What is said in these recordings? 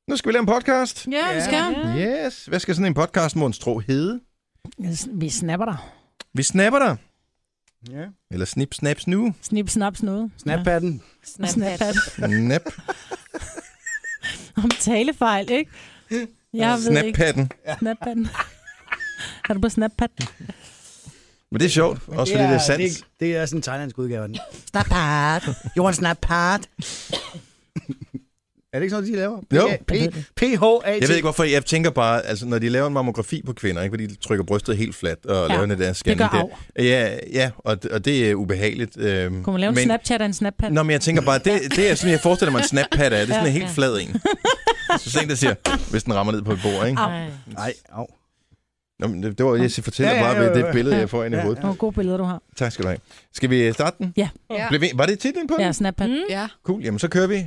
Nu skal vi lave en podcast. Ja, vi skal. Yes. Hvad skal sådan en podcast, monstro, hedde? Vi snapper dig. Vi snapper dig. Ja. Eller snip, snap, snue. Snip, snap, snude. Snappatten. Ja. Snappat. Snap. Om talefejl, ikke? Jeg ved ikke. Snappatten. Snappatten. Er du på Snappat? Men det er sjovt. Også fordi det er sandt. Det er sådan en thailandsk udgave af den. Snappat. You want snappat? Er det ikke sådan, de laver? Jo. P-H-A-T. Jeg ved ikke, hvorfor. Jeg tænker bare, altså når de laver en mammografi på kvinder, ikke, fordi de trykker brystet helt fladt og laver den der scanning. Det gør Ja, og det er ubehageligt. Kunne man lave en Snapchat af en Snappat? Nå, men jeg tænker bare, det er sådan, jeg forestiller mig en Snappat er. Det er sådan en helt flad en. Så sådan en, der siger, hvis den rammer ned på et bord, ikke? Nej, au. Nå, men det var, jeg fortæller bare ved det billede, jeg får ind i hovedet. Nogle gode billeder, du har. Tak skal du have. Skal vi starte den? Ja. Var det titlen på den? Ja, Snappat. Ja. Cool, jamen så kører vi.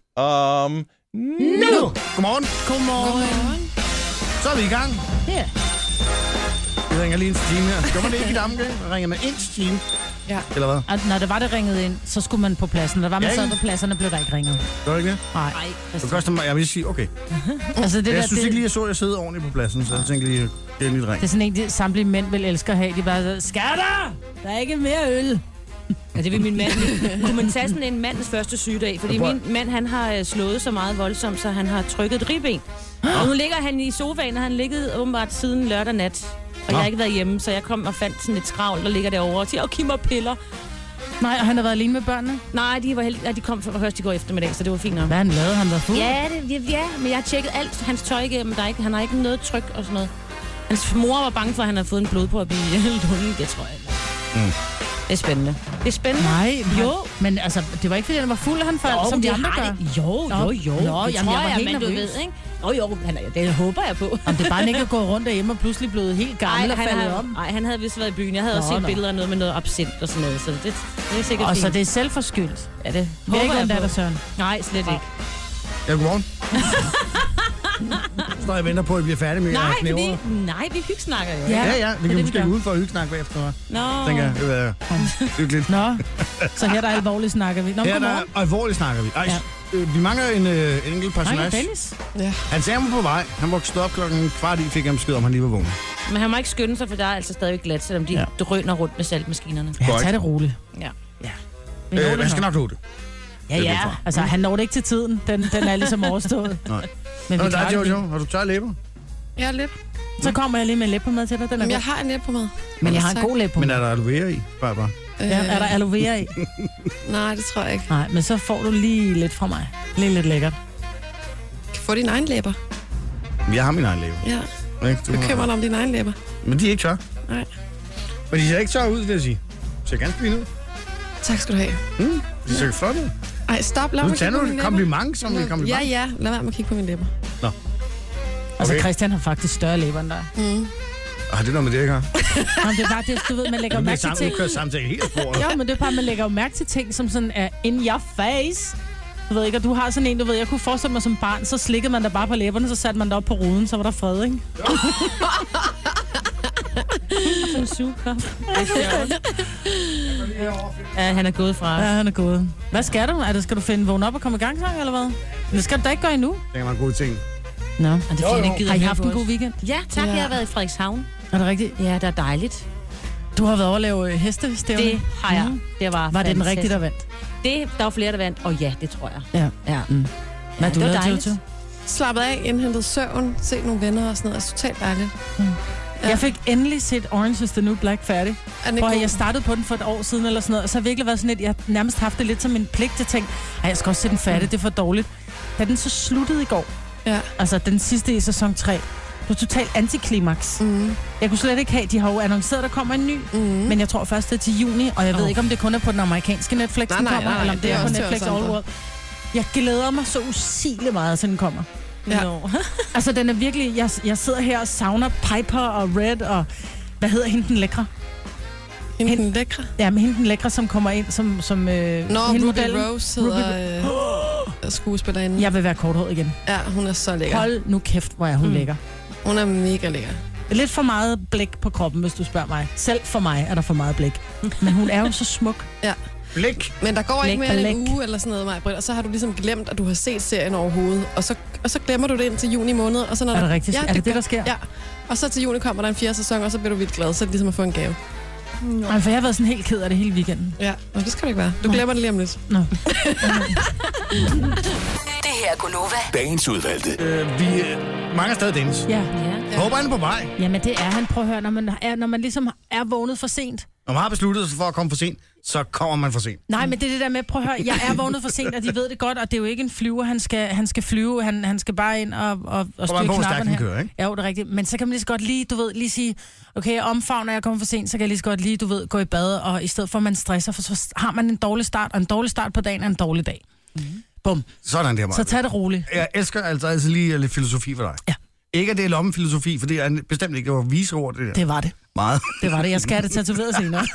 Nu! Godmorgen. Godmorgen. Så er vi i gang. Ja. Vi ringer lige en time her. Skal man det ikke i dammen? Jeg ringer med en time. Ja. Eller hvad? Og når det var, det ringede ind, så skulle man på pladsen. Når der var man sad på pladserne, blev der ikke ringet. Gør det ikke det? Nej. Det koster mig, jeg vil sige, okay. Altså, det Jeg der, synes ikke lige, jeg så, at jeg sidder ordentligt på pladsen, så jeg tænkte lige, det er lidt ring. det er sådan en, de samtlige mænd vil elske at have. De bare siger, skatter! Der er ikke mere øl. Ja, det vil min mand. Kunne man tage sådan en mands første sygedag? Fordi min mand, han har slået så meget voldsomt, så han har trykket et ribben. Og nu ligger han i sofaen, og han ligget åbenbart siden lørdag nat. Og jeg har ikke været hjemme, så jeg kom og fandt sådan et skravl, der ligger derovre og siger, giv mig piller. Nej, og han har været alene med børnene? Nej, de kom først i går eftermiddag, så det var fint nok. Hvad han lavede? Han var fuld? Ja, men jeg har tjekket alt hans tøj igennem. Han har ikke noget tryk og sådan noget. Hans mor var bange for, at han havde fået en blodprop i lunden. Det tror jeg ikke. Det er spændende. Det er spændende. Nej, jo. Men altså, det var ikke, fordi han var fuld, han faldt, som de andre gør. Jo. Nå, Det jamen, tror jeg var helt men du nervøs. ved, ikke? Jo, det håber jeg på. Om det bare ikke at gå rundt derhjemme og pludselig blevet helt gammel og faldet om. Nej, han havde vist været i byen. Jeg havde også set billeder af noget med noget absint og sådan noget, så det er sikkert og fint. så det er selvforskyldt. Ja, det Vi er ikke håber den jeg der, på. Søren. Nej, slet ikke. Ja, godmorgen. Så jeg venter på, at I bliver færdige med at knævre. Nej, vi hyggesnakker jo. Ja, det kan vi måske gå ud for at hyggesnakke bagefter. Nå. Tænker jeg, det vil være hyggeligt. Nå, så her der alvorligt snakker vi. Nå, Her der godmorgen. alvorligt snakker vi. Ej, vi mangler en enkelt personage. Nej, Dennis. Ja. Han sagde mig på vej. Han voksede op klokken 15:15, fik han besked om, han lige var vågen. Men han må ikke skynde sig, for der er altså stadig glat, selvom de drøner rundt med saltmaskinerne. Ja, tag det roligt. Ja. Vi når det Han skal nok. nok nå det. Ja. Altså, han når det ikke til tiden. Den er ligesom overstået. Nej. Men vi Nå, klarer der, det. Jojo, har du tørre læber? Jeg er lidt. Så kommer jeg lige med en læbpomade til dig. Den er Jamen, jeg god. har en læb på mad. Men jeg har en god Men læbpomade. er der aloe vera i? Bare. Ja, er der aloe vera i? Nej, det tror jeg ikke. Nej, men så får du lige lidt fra mig. Lige lidt lækkert. Kan få dine egne læber. Jeg har min egen læber. Ja. Ikke? Bekymrer dig om dine egne læber. Men de er ikke tørre. Nej. Men de ser ikke tørre ud, vil jeg sige. De ser ganske fine ud. Tak skal du have. De ser flot ud. Ej, stop. Lad Nu mig tager kigge på du mine et læber. kompliment, som et kompliment. Ja. Lad være med at kigge på mine læber. Altså, Okay. Christian har faktisk større læber end dig. Ah, det er noget med det, jeg har. Jamen, det er bare det, du ved, man lægger Nu mærke til ting. kører samtale helt af sporet. Ja, men det er bare, man lægger jo mærke til ting, som sådan er in your face. Du ved ikke, og du har sådan en, du ved, jeg kunne forestille mig som barn, så slikkede man der bare på læberne, så satte man der op på ruden, så var der fred, ikke? Sådan en sugekop. Ja, han er gået fra os. Ja, han er gået. Hvad skal du? Skal du finde vågne op og komme i gang, eller hvad? Det skal du da ikke gøre endnu. Det kan være en god ting. Nå. Og det er fordi, han gider Har I høre haft på en god os. weekend? Ja, tak. Ja. Jeg har været i Frederikshavn. Er det rigtigt? Ja, det er dejligt. Du har været over at lave hestestævne. Det har jeg. Det var Var det den fantastisk. rigtige, der vandt? Der var flere, der vandt. Og ja, det tror jeg. Ja. Hvad Ja, du det var lavede, dejligt. Jojo? Slappet af, indhentet søvn, set nogle venner og sådan noget. Det er totalt dejligt. Ja. Jeg fik endelig set Orange is the New Black færdig. Er den Prøv, ikke jeg god? startede på den for et år siden eller sådan noget, og så har virkelig været sådan lidt, jeg har nærmest haft det lidt som en pligt til ting. Jeg skal også se den færdig, det er for dårligt. Da den så sluttede i går, Ja. altså den sidste i sæson 3, det var totalt antiklimaks. Jeg kunne slet ikke have, de har jo annonceret, der kommer en ny, men jeg tror først det er til juni, og jeg ved ikke, om det kun er på den amerikanske Netflix, den kommer, eller om det er på også til Netflix os All andre. World. Jeg glæder mig så usigeligt meget, til den kommer. Ja. No. Altså, den er virkelig, jeg sidder her og savner Piper og Red og, hvad hedder hende den lækre? Hende den lækre. Ja, men hende den lækre, som kommer ind som Nå, hende Ruby modellen. Rose hedder skuespillerinde. Jeg vil være korthåret igen. Ja, hun er så lækker. Hold nu kæft, hvor er hun lækker. Hun er mega lækker. Lidt for meget blæk på kroppen, hvis du spørger mig. Selv for mig er der for meget blæk. Men hun er jo så smuk. Ja. Blik. Men der går ikke Blik mere og end en læg. uge eller sådan noget, Maj-Brit, og så har du ligesom glemt, at du har set serien overhovedet. Og så glemmer du det ind til juni måned. Og så når Er det rigtigt? Er det det, der sker? Ja. Og så til juni kommer der en 4. sæson, og så bliver du vildt glad. Så er det ligesom at få en gave. Nej, for jeg har været sådan helt ked af det hele weekenden. Ja, og det skal du ikke være. Du glemmer det lige om lidt. Nå. Det her er Gunova. Dagens udvalgte. Vi mangler stadig Dennis. Ja. Ja. Håber han er på vej. Jamen det er han. Prøv at høre, når man ligesom er vågnet for sent. Når man har besluttet sig for at komme for sent, så kommer man for sent. Nej, men det er det der med, prøv at høre, jeg er vågnet for sent, og de ved det godt, og det er jo ikke en flyver, han skal flyve, han skal bare ind og styre knapperne her. Kører, ikke? Ja, jo, det er rigtigt. Men så kan man lige så godt lige sige, okay, omfavner jeg kommer for sent, så kan jeg lige så godt lige, gå i bad, og i stedet for, at man stresser, for så har man en dårlig start, og en dårlig start på dagen er en dårlig dag. Bum. Sådan der, Maja. Så tag det roligt. Jeg elsker altså altid lige lidt filosofi for dig. Ja. Ikke at det er lommefilosofi, for det er bestemt ikke, det var viseord, det der. Det var det. Meget. Det var det. Jeg skal have det tatoveret senere.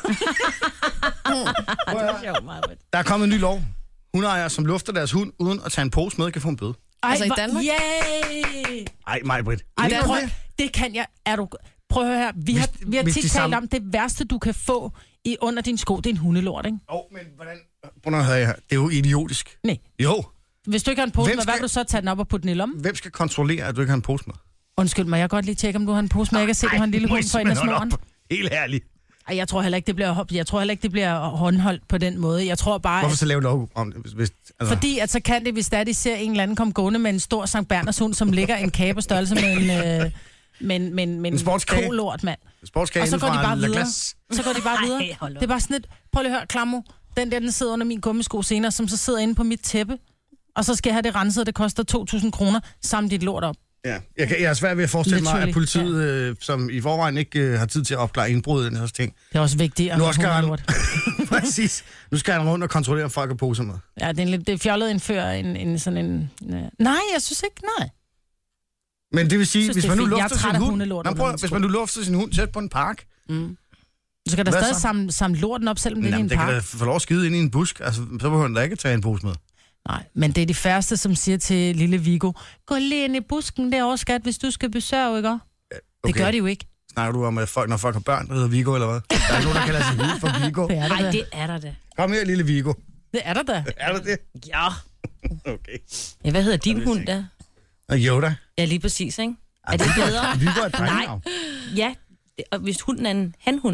Der er kommet en ny lov. Hundeejere, som lufter deres hund uden at tage en pose med, kan få en bøde. Altså i Danmark? Yay! Ej, Maj-Brit. Ej, det kan jeg. Prøv at høre her. Vi har tit talt om, det værste, du kan få under din sko, det er en hundelort, ikke? Men hvordan... Prøv at høre her. Det er jo idiotisk. Nej. Jo. Hvis du ikke har en pose med, hvad vil du så tage den op og putte den i lommen? Hvem skal kontrollere, at du ikke har en pose med? Undskyld mig, jeg kan godt lige tjekke, om du har en pose med. Jeg kan se, at du har en lille hund for en af snoren. Helt ærligt. Ej, jeg tror heller ikke, det bliver håndholdt på den måde. Jeg tror bare... Hvorfor så lave lov om det? Hvis, altså... Fordi at så kan det, hvis der de ser en eller anden komme gående med en stor Sankt Berners hund, som ligger en kage på størrelse med en sportskage. kolort, mand. Sportskage Og så går de bare videre. Glas. Så går de bare videre. Det er bare sådan et... Prøv lige at høre, Klammo. Den sidder under min gummisko senere, som så sidder inde på mit tæppe. Og så skal jeg have det renset, og det koster 2.000 kroner, samle dit lort op. Ja, jeg er svært ved at forestille mig, at politiet, som i forvejen ikke har tid til at opklare indbrud i den her ting. Det er også vigtigt at nu have hundelort. Præcis. Nu skal han rundt og kontrollere, om folk har poser med. Ja, det er fjollet at indføre en sådan en... Nej, jeg synes ikke, nej. Men det vil sige, hvis man nu lufter sin hund... Hvis man nu lufter sin hund tæt på en park... Så kan der stadig samle lorten op, selvom det er i en park. Det kan da få lov at skide ind i en busk. Altså, så behøver han da ikke tage en pose med. Nej, men det er de færreste, som siger til lille Viggo, gå lige ind i busken derovre, skat, hvis du skal besøge, ikke? Okay. Det gør de jo ikke. Snakker du om, at folk, når folk har børn, der hedder Viggo, eller hvad? Der er ikke nogen, der kalder sig Viggo for Viggo. Nej, det er der da. Kom her, lille Viggo. Det er der da. Er der det? Ja. Okay. Ja, hvad hedder din hund da? Yoda. Ja, lige præcis, ikke? Er det bedre? Viggo er et drengenavn. Ja, og hvis hunden er en hanhund.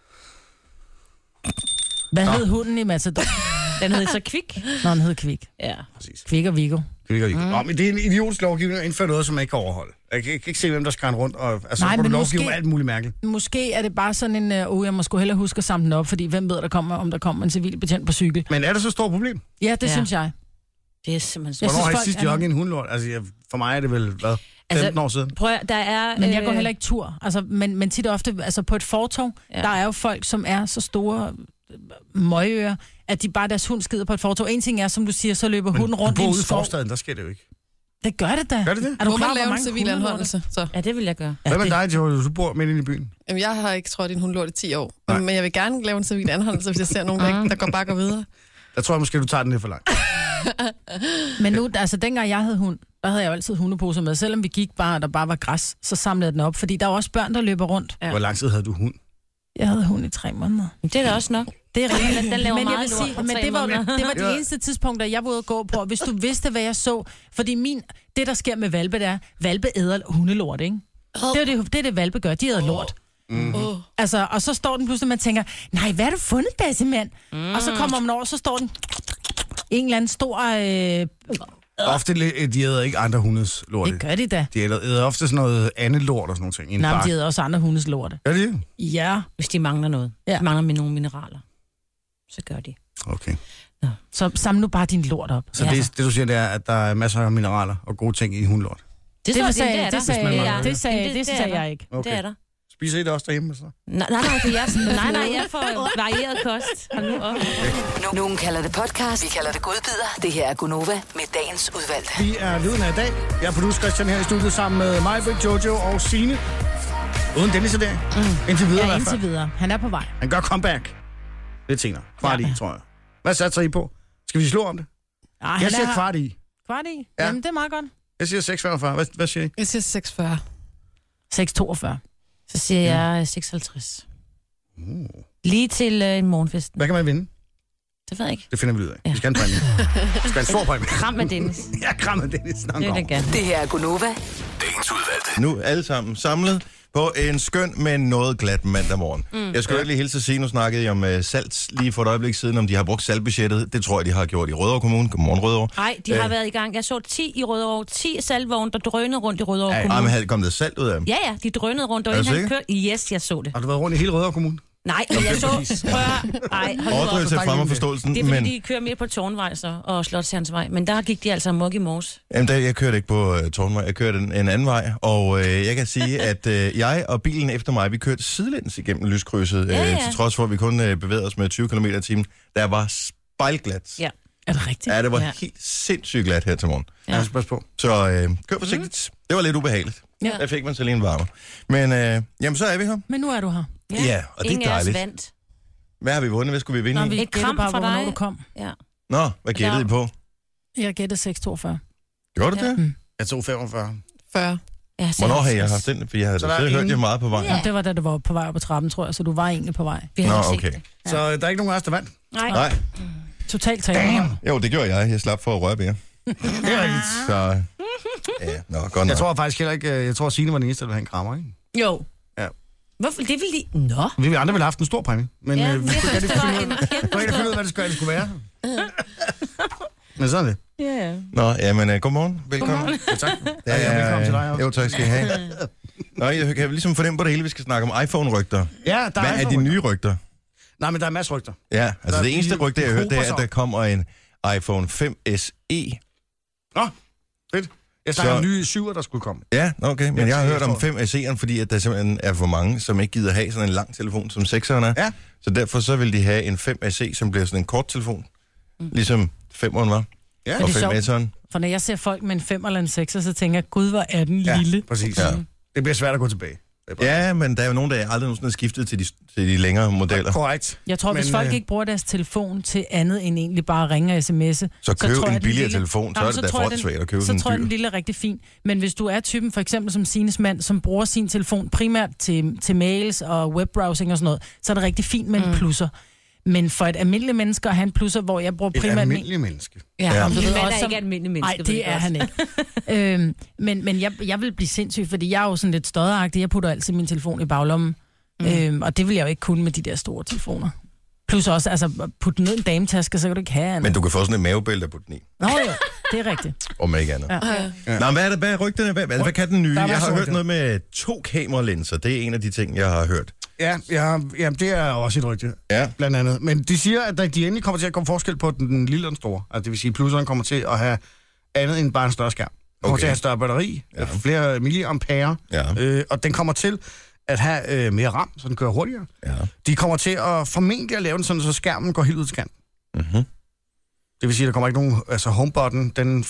Hvad hed hunden i Matador? Den hed så Kvik. Nå, den hed Kvik. Ja. Præcis. Kvik og Viggo. Men det er en idiotisk lovgivning at indføre noget, som man ikke kan overholde. Jeg kan ikke se, hvem der skal rundt, og altså, nej, så men du lovgive om alt muligt mærkeligt. Måske er det bare sådan en, jeg må sgu hellere huske at samle den op, fordi hvem ved, om der kommer en civilbetjent på cykel. Men er det så et stort problem? Ja, det synes jeg. Det er simpelthen Hvornår har I sidst jogget en hundlort? Altså, for mig er det vel, 15 år siden? Prøv at, der er... Men jeg går heller ikke tur. Altså, men tit og ofte, altså på et fortov, der er jo folk, som er så store møgører, at de bare deres hund skider på et fortov. En ting er, som du siger, så løber hunden rundt i en skov. ude i forstaden, der sker det jo ikke. Det gør det da. Gør det det? Er du må klar, man lave hvor en civil anholdelse? Så. Ja, det vil jeg gøre. Hvad med dig, Joel? Du bor midt inde i byen. Jamen, jeg har ikke trådt i en hundlort i 10 år. Men jeg vil gerne lave en civil anholdelse, hvis jeg ser nogen, der bare går videre. Der tror jeg måske, du tager den lidt for langt. Men nu, altså dengang jeg havde hund, der havde jeg jo altid hundeposer med. Selvom vi gik bare, og der bare var græs, så samlede jeg den op. Fordi der er også børn, der løber rundt. Ja. Hvor lang tid havde du hund? Jeg havde hund i 3 måneder. Det er da også nok. Det er rigtigt. Den laver men meget jeg vil sige, lort på men 3 måneder. det var de eneste tidspunkter, jeg var ude at gå på. Hvis du vidste, hvad jeg så. Fordi det, der sker med valpe, det er, valpe æder hundelort, ikke? Det er det, valpe gør. De æder lort. Altså, og så står den pludselig, man tænker, nej, hvad har du fundet, bassemand? Og så kommer man over, så står den en eller anden stor... Ofte de æder ikke andre hundes lorte. Det gør de da. De æder ofte sådan noget andet lort og sådan noget ting. Nej, de æder også andre hundes lorte. Gør de det? Ja. Hvis de mangler noget. Ja. De mangler nogle mineraler. Så gør de. Okay. Ja. Så samle nu bare din lort op. Så det du siger, det er, at der er masser af mineraler og gode ting i hundlort? Det sagde jeg ikke. Okay. Det er der. Spiser I det også derhjemme? Så? Nej, for jeg får varieret kost. Hold nu op. Nogen kalder det podcast, vi kalder det godbider. Det her er Gunova med dagens udvalgte. Vi er lyden af i dag. Jeg er producer Christian her i studiet sammen med mig, Jojo og Signe. Uden Dennis i dag. Indtil videre i hvert fald. Indtil videre. Han er på vej. Han gør comeback. Lidt senere. Kvart i, tror jeg. Hvad satser I på? Skal vi slå om det? Jeg siger kvart i. Kvart i? Ja. Jamen, det er meget godt. Jeg siger 6,45. Hvad siger I? Jeg siger 6,40. 6,42. Så siger jeg 56. Lige til en morgenfest. Hvad kan man vinde? Det ved jeg ikke. Det finder vi ud af. Ja. Vi skal have en præmie. Vi skal have en stor præmie. Kram med Dennis. Ja, kram med Dennis. Det vil jeg gerne. Det her er Gunova. Dagens udvalgte. Nu alle sammen samlet på en skøn, men noget glat mandag morgen. Jeg skulle ikke lige hilse at sige, nu snakkede jeg om salt lige for et øjeblik siden, om de har brugt saltbudgettet. Det tror jeg, de har gjort i Rødovre Kommune. Godmorgen, Rødovre. Nej, de har været i gang. Jeg så 10 i Rødovre. 10 saltvogne, der drønede rundt i Rødovre Kommune. Men havde kommet der salt ud af dem? Ja, de drønede rundt. Og han kørte. Yes, jeg så det. Har du været rundt i hele Rødovre Kommune? Nej, jeg så... Overdrivelse frem og forståelsen. Det er fordi, de kører mere på Tårnvej så, og Slotsherrensvej. Men der gik de altså amok i morges. Jamen, jeg kørte ikke på Tårnvej. Jeg kørte en anden vej. Og jeg kan sige, at jeg og bilen efter mig, vi kørte sidelæns igennem lyskrydset. Til trods for, at vi kun bevægede os med 20 km i timen. Der var spejlglat. Ja. Er det rigtigt? Ja, det var helt sindssygt glat her til morgen. Ja, pas på. Så kør forsigtigt. Det var lidt ubehageligt. Ja. Der fik man så lige en varme. Men jamen, så er vi her. Men nu er du her. Ja, og det er dejligt. Vandt. Hvad har vi vundet? Hvad skulle vi vinde? Nå, vi Et kram bare, fra hvornår dig. du kom. Ja. Nå, hvad gættede I på? Jeg gættede 642. Gjorde du det? Jeg tog 45. 40. Ja, Hvornår har jeg haft den? For jeg havde hørt jer meget på vej. Ja. Det var da du var på vej op på trappen, tror jeg, så du var egentlig på vej. Vi har Nå, set okay. det. Ja. Så der er ikke nogen af os, der vandt? Nej. Totalt træning. Jo, det gjorde jeg. Jeg slap for at røre ved jer. Det er rigtigt. Så ja, godt nok. Jeg tror faktisk heller ikke, jeg tror, Signe var den eneste, der ville have en krammer, ikke? Jo. Ja. Hvorfor? Det ville de... Nå. Vi andre ville have haft en stor præmie. Men Ja, vi det kunne ikke var finde en ud af, hvad det skulle være. Men sådan er det. Ja. Nå, jamen, godmorgen. Velkommen. Godmorgen. Ja, tak. Ja, velkommen til dig også. Jo, tak skal I have. Nå, jeg kan ligesom fornemme på det hele, vi skal snakke om iPhone-rygter. Ja, der Hvad er de nye rygter? Nej, men der er masser af rygter. Ja, altså det eneste rygte, jeg har hørt, det er, at der kommer en iPhone 5 SE. Nå, fedt. Jeg snakker om nye 7'er, der skulle komme. Ja, okay, men jeg har hørt om 5 SE'eren, fordi at der simpelthen er for mange, som ikke gider have sådan en lang telefon, som 6'eren er. Ja. Så derfor så vil de have en 5 SE, som bliver sådan en kort telefon. Ligesom 5'eren var. Ja. Og det er 5 sjovt. S'eren. For når jeg ser folk med en 5 eller en 6, så tænker jeg, gud, hvor er den lille. Præcis. Ja. Det bliver svært at gå tilbage. Ja, men der er jo nogen, der aldrig nogensinde har skiftet til de længere modeller. Korrekt. Jeg tror, hvis folk ikke bruger deres telefon til andet end egentlig bare at ringe og sms'e, Så køb tror jeg, en billigere lille... telefon, så er det da frygtsvært at købe så sådan en tror jeg, dyr. den lille er rigtig fin. Men hvis du er typen, for eksempel som Sines mand, som bruger sin telefon primært til mails og webbrowsing og sådan noget, så er det rigtig fint med en plusser. Men for et almindeligt menneske at have en plusser, hvor jeg bruger primært... Et almindeligt menneske. Ja, Min mand er ikke almindelig menneske. Nej, det er han ikke. Men jeg vil blive sindssyg, fordi jeg er jo sådan lidt stodderagtig. Jeg putter altid min telefon i baglommen. Og det vil jeg jo ikke kunne med de der store telefoner. Plus også, altså, putte ned en dametaske, så kan du ikke have andet. Men du kan få sådan et mavebælte at putte den i. Nå jo, det er rigtigt. Om ikke andet. Ja. Nå, hvad er det? Hvad er rygterne? Hvad kan den nye? Der er Jeg har masser af hørt noget med 2 kameralinser. Det er en af de ting, jeg har hørt. Ja, det er også et rygte, Ja. blandt andet. Men de siger, at de endelig kommer til at komme forskel på den lille og den store. Altså, det vil sige, at plusseren kommer til at have andet end bare en større skærm. Den kommer til at have større batteri, flere milliampere, og den kommer til at have mere RAM, så den kører hurtigere. Ja. De kommer til at formentlig at lave den sådan, så skærmen går helt ud til kanten. Mm-hmm. Det vil sige, at der kommer ikke nogen... Altså, homebutton,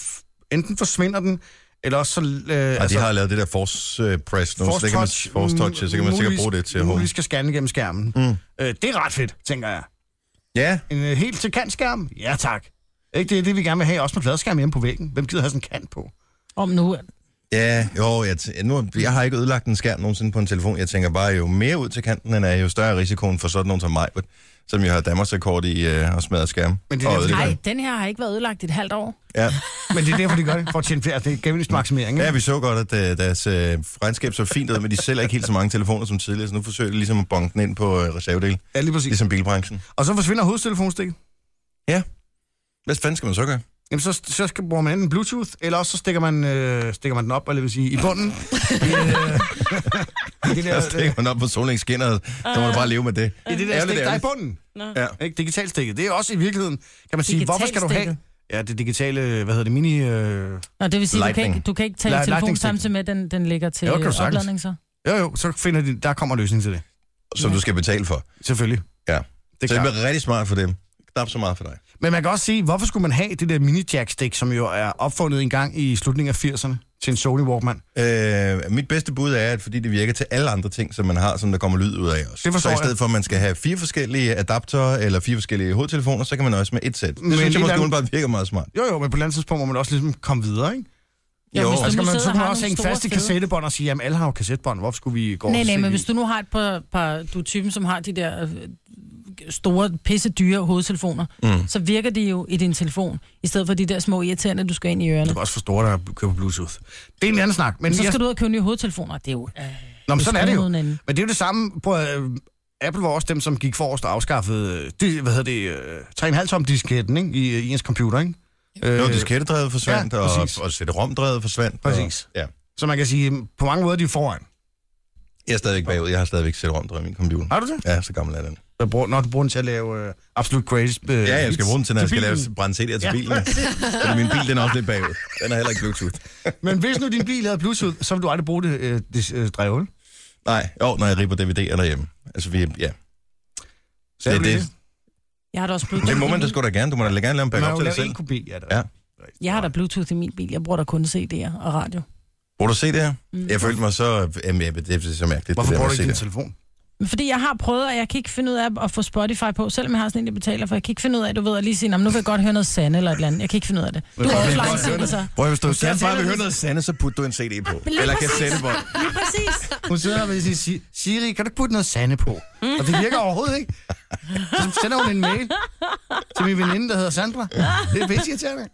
enten forsvinder den, eller også så... Og de har lavet det der force press nu, Force touch, så kan man sikkert bruge det til home. Vi skal scanne gennem skærmen. Det er ret fedt, tænker jeg. Ja. En helt til kant skærm? Ja, tak. Ikke det er det, vi gerne vil have, også med fladskærm hjemme på væggen. Hvem gider have sådan en kant på? Om nu... Ja, jo, jeg har ikke ødelagt en skærm nogensinde på en telefon. Jeg tænker bare, jo mere ud til kanten, den er jo større risikoen for sådan nogen som mig, som jo har Danmarksrekord i at smadre skærm. Men det er Nej, den her har ikke været ødelagt i et halvt år. Ja. Men det er derfor, de gør det, for at tjene flere. Det er gevinstmaksimering. Ja, vi så godt, at deres regnskab så fint ud, men de sælger ikke helt så mange telefoner som tidligere, så nu forsøger de ligesom at bonke den ind på reservedel. Ja, lige præcis. Ligesom bilbranchen. Og så forsvinder hovedtelefonstikket. Ja. Hvad fanden skal man så gøre? Jamen, så bruger man enten Bluetooth, eller også så stikker man den op, eller vil sige, i bunden. Så stikker man op på solingsskinnet, så må du bare leve med det. I det der stik, der er i bunden. Ja. Ikke? Digitalstikket. Det er også i virkeligheden, kan man sige, hvorfor skal du have... Ja, det digitale, mini... Nå, det vil sige, Lightning. du kan ikke tage telefon samtidig med, at den ligger til opladning, så? Jo, så finder de, der kommer løsning til det. Som du skal betale for. Selvfølgelig. Ja. Det så det bliver rigtig smart for dem. Knap så meget for dig. Men man kan også sige, hvorfor skulle man have det der mini-jack-stik, som jo er opfundet en gang i slutningen af 80'erne til en Sony Walkman? Mit bedste bud er, at fordi det virker til alle andre ting, som man har, som der kommer lyd ud af også. Så i stedet for, at man skal have 4 forskellige adapter eller 4 forskellige hovedtelefoner, så kan man også med et sæt. Det synes jeg måske bare virker meget smart. Jo, men på et andet tidspunkt må man også ligesom komme videre, ikke? Jo, så kan man også hænge fast i kassettebånd og sige, jamen alle har jo kassettebånd, hvorfor skulle vi gå Nej, men hvis du nu har du er typen, som har de der store, pisse dyre hovedtelefoner, så virker de jo i din telefon, i stedet for de der små irriterende, du skal ind i ørerne. Du kan også forstå, der kører på Bluetooth. Det er en anden snak. Men så skal du ud og købe nye hovedtelefoner. Det er jo... Nå, men sådan er det jo. Men det er jo det samme på... Apple var også dem, som gik forrest og afskaffede 3,5 tom disketten, ikke? I ens computer, ikke? Diskettedrevet forsvandt, og CD-ROM-drevet forsvandt. Præcis. Ja. Så man kan sige, på mange måder, de er foran. Jeg er stadigvæk bagud. Jeg har stadigvæk CD-ROM-drevet i min computer. Har du det? Ja, så gammel er den. Når du bruger den til at lave Absolute Crazy... Ja, jeg skal bruge den til, når jeg skal lave brænde CD'er til bilen. Fordi min bil, den er også lidt bagud. Den har heller ikke Bluetooth. Men hvis nu din bil havde Bluetooth, så vil du aldrig bruge det drevet? Nej, når jeg ripper DVD'er derhjemme. Altså, Så det. Jeg har da også Bluetooth. Det må man da sgu da gerne. Du må da gerne lave en backup til dig selv. Ja. Jeg har da Bluetooth i min bil. Jeg bruger da kun CD'er og radio. Bruger du CD'er? Jeg følte mig så... det er så mærkeligt. Hvorfor bruger du ikke din telefon? Fordi jeg har prøvet, og jeg kan ikke finde ud af at få Spotify på, selvom jeg har sådan en, jeg betaler for. Jeg kan ikke finde ud af, du ved, at lige sige, nu vil jeg godt høre noget Sande eller et eller andet. Jeg kan ikke finde ud af det. Du har også lang tid, så. Hvis du gerne bare vil høre noget Sande, så putter du en CD på. Eller kassettebånd. Lige præcis. Hun sidder og vil sige, Siri, kan du putte noget Sande på? Og det virker overhovedet ikke. Så sender hun en mail til min veninde, der hedder Sandra. Det er pisse irriterende.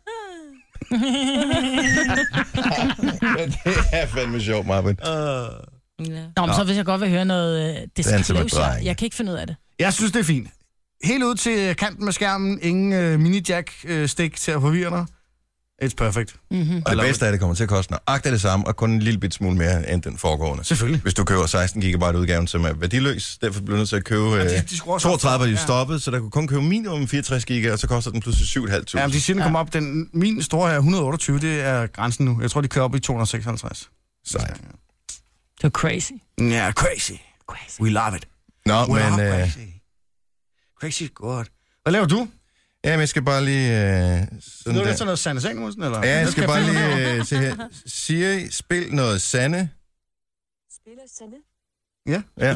Det er fandme sjovt, Marvin. Nå, men så hvis jeg godt vil høre noget Disclosure. Jeg kan ikke finde ud af det. Jeg synes, det er fint. Helt ud til kanten med skærmen. Ingen mini-jack-stik til at forvirre dig. It's perfect. Og det bedste er, at det kommer til at koste nøjagtigt det samme, og kun en lille bit smule mere end den foregående. Selvfølgelig. Hvis du køber 16 GB udgaven, som er værdiløs, derfor bliver du nødt til at købe 32, de stoppet, så der kunne kun købe minimum 64 GB, og så koster den pludselig 7.500. Ja, men de siger, den kommer op. Min store er 128, det er grænsen nu. Jeg tror, de kører op i 256. Sejt. Det er crazy. Ja, crazy. We love it. Nå, men... crazy. Crazy good. Hvad laver du? Jamen, jeg skal bare lige... sådan noget Sanne Samuelsen, eller? Ja, jeg skal bare lige se her. Siri, spil noget Sanne. Spiller Sanne? Ja.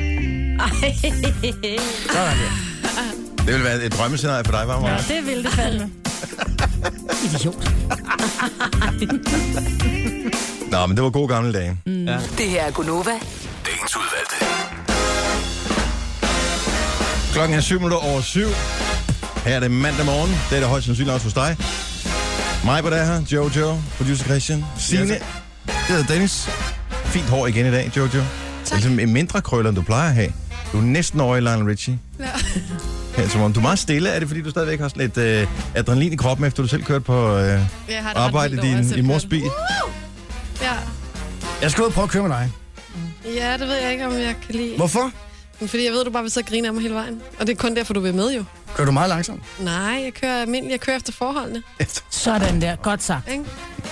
Sådan, Det vil være et drømmescenarie for dig, var Ja, det vil det fandme. Idiot. Nå, men det var gode gamle dage. Ja. Det her er Gunova. Dagens udvalgte. Klokken er 7:07. Her er det mandag morgen. Det er det højst sandsynligt også hos dig. Mig på der her. Jojo. Producer Christian. Signe. Jeg hedder Dennis. Fint hår igen i dag, Jojo. Tak. Altså mindre krøller, end du plejer at have. Du er næsten over i Lionel Richie. Ja. Som om du er meget stille. Er det, fordi du stadigvæk har sådan lidt adrenalin i kroppen, efter du selv kørte på arbejde i din mors bil? Ja. Jeg skal ud og prøve at køre med dig. Ja, det ved jeg ikke, om jeg kan lide. Hvorfor? Fordi jeg ved, du bare vil så grine af mig hele vejen. Og det er kun derfor, du vil med, jo. Kører du meget langsomt? Nej, jeg kører almindeligt. Jeg kører efter forholdene. Sådan der. Godt sagt. Ikke?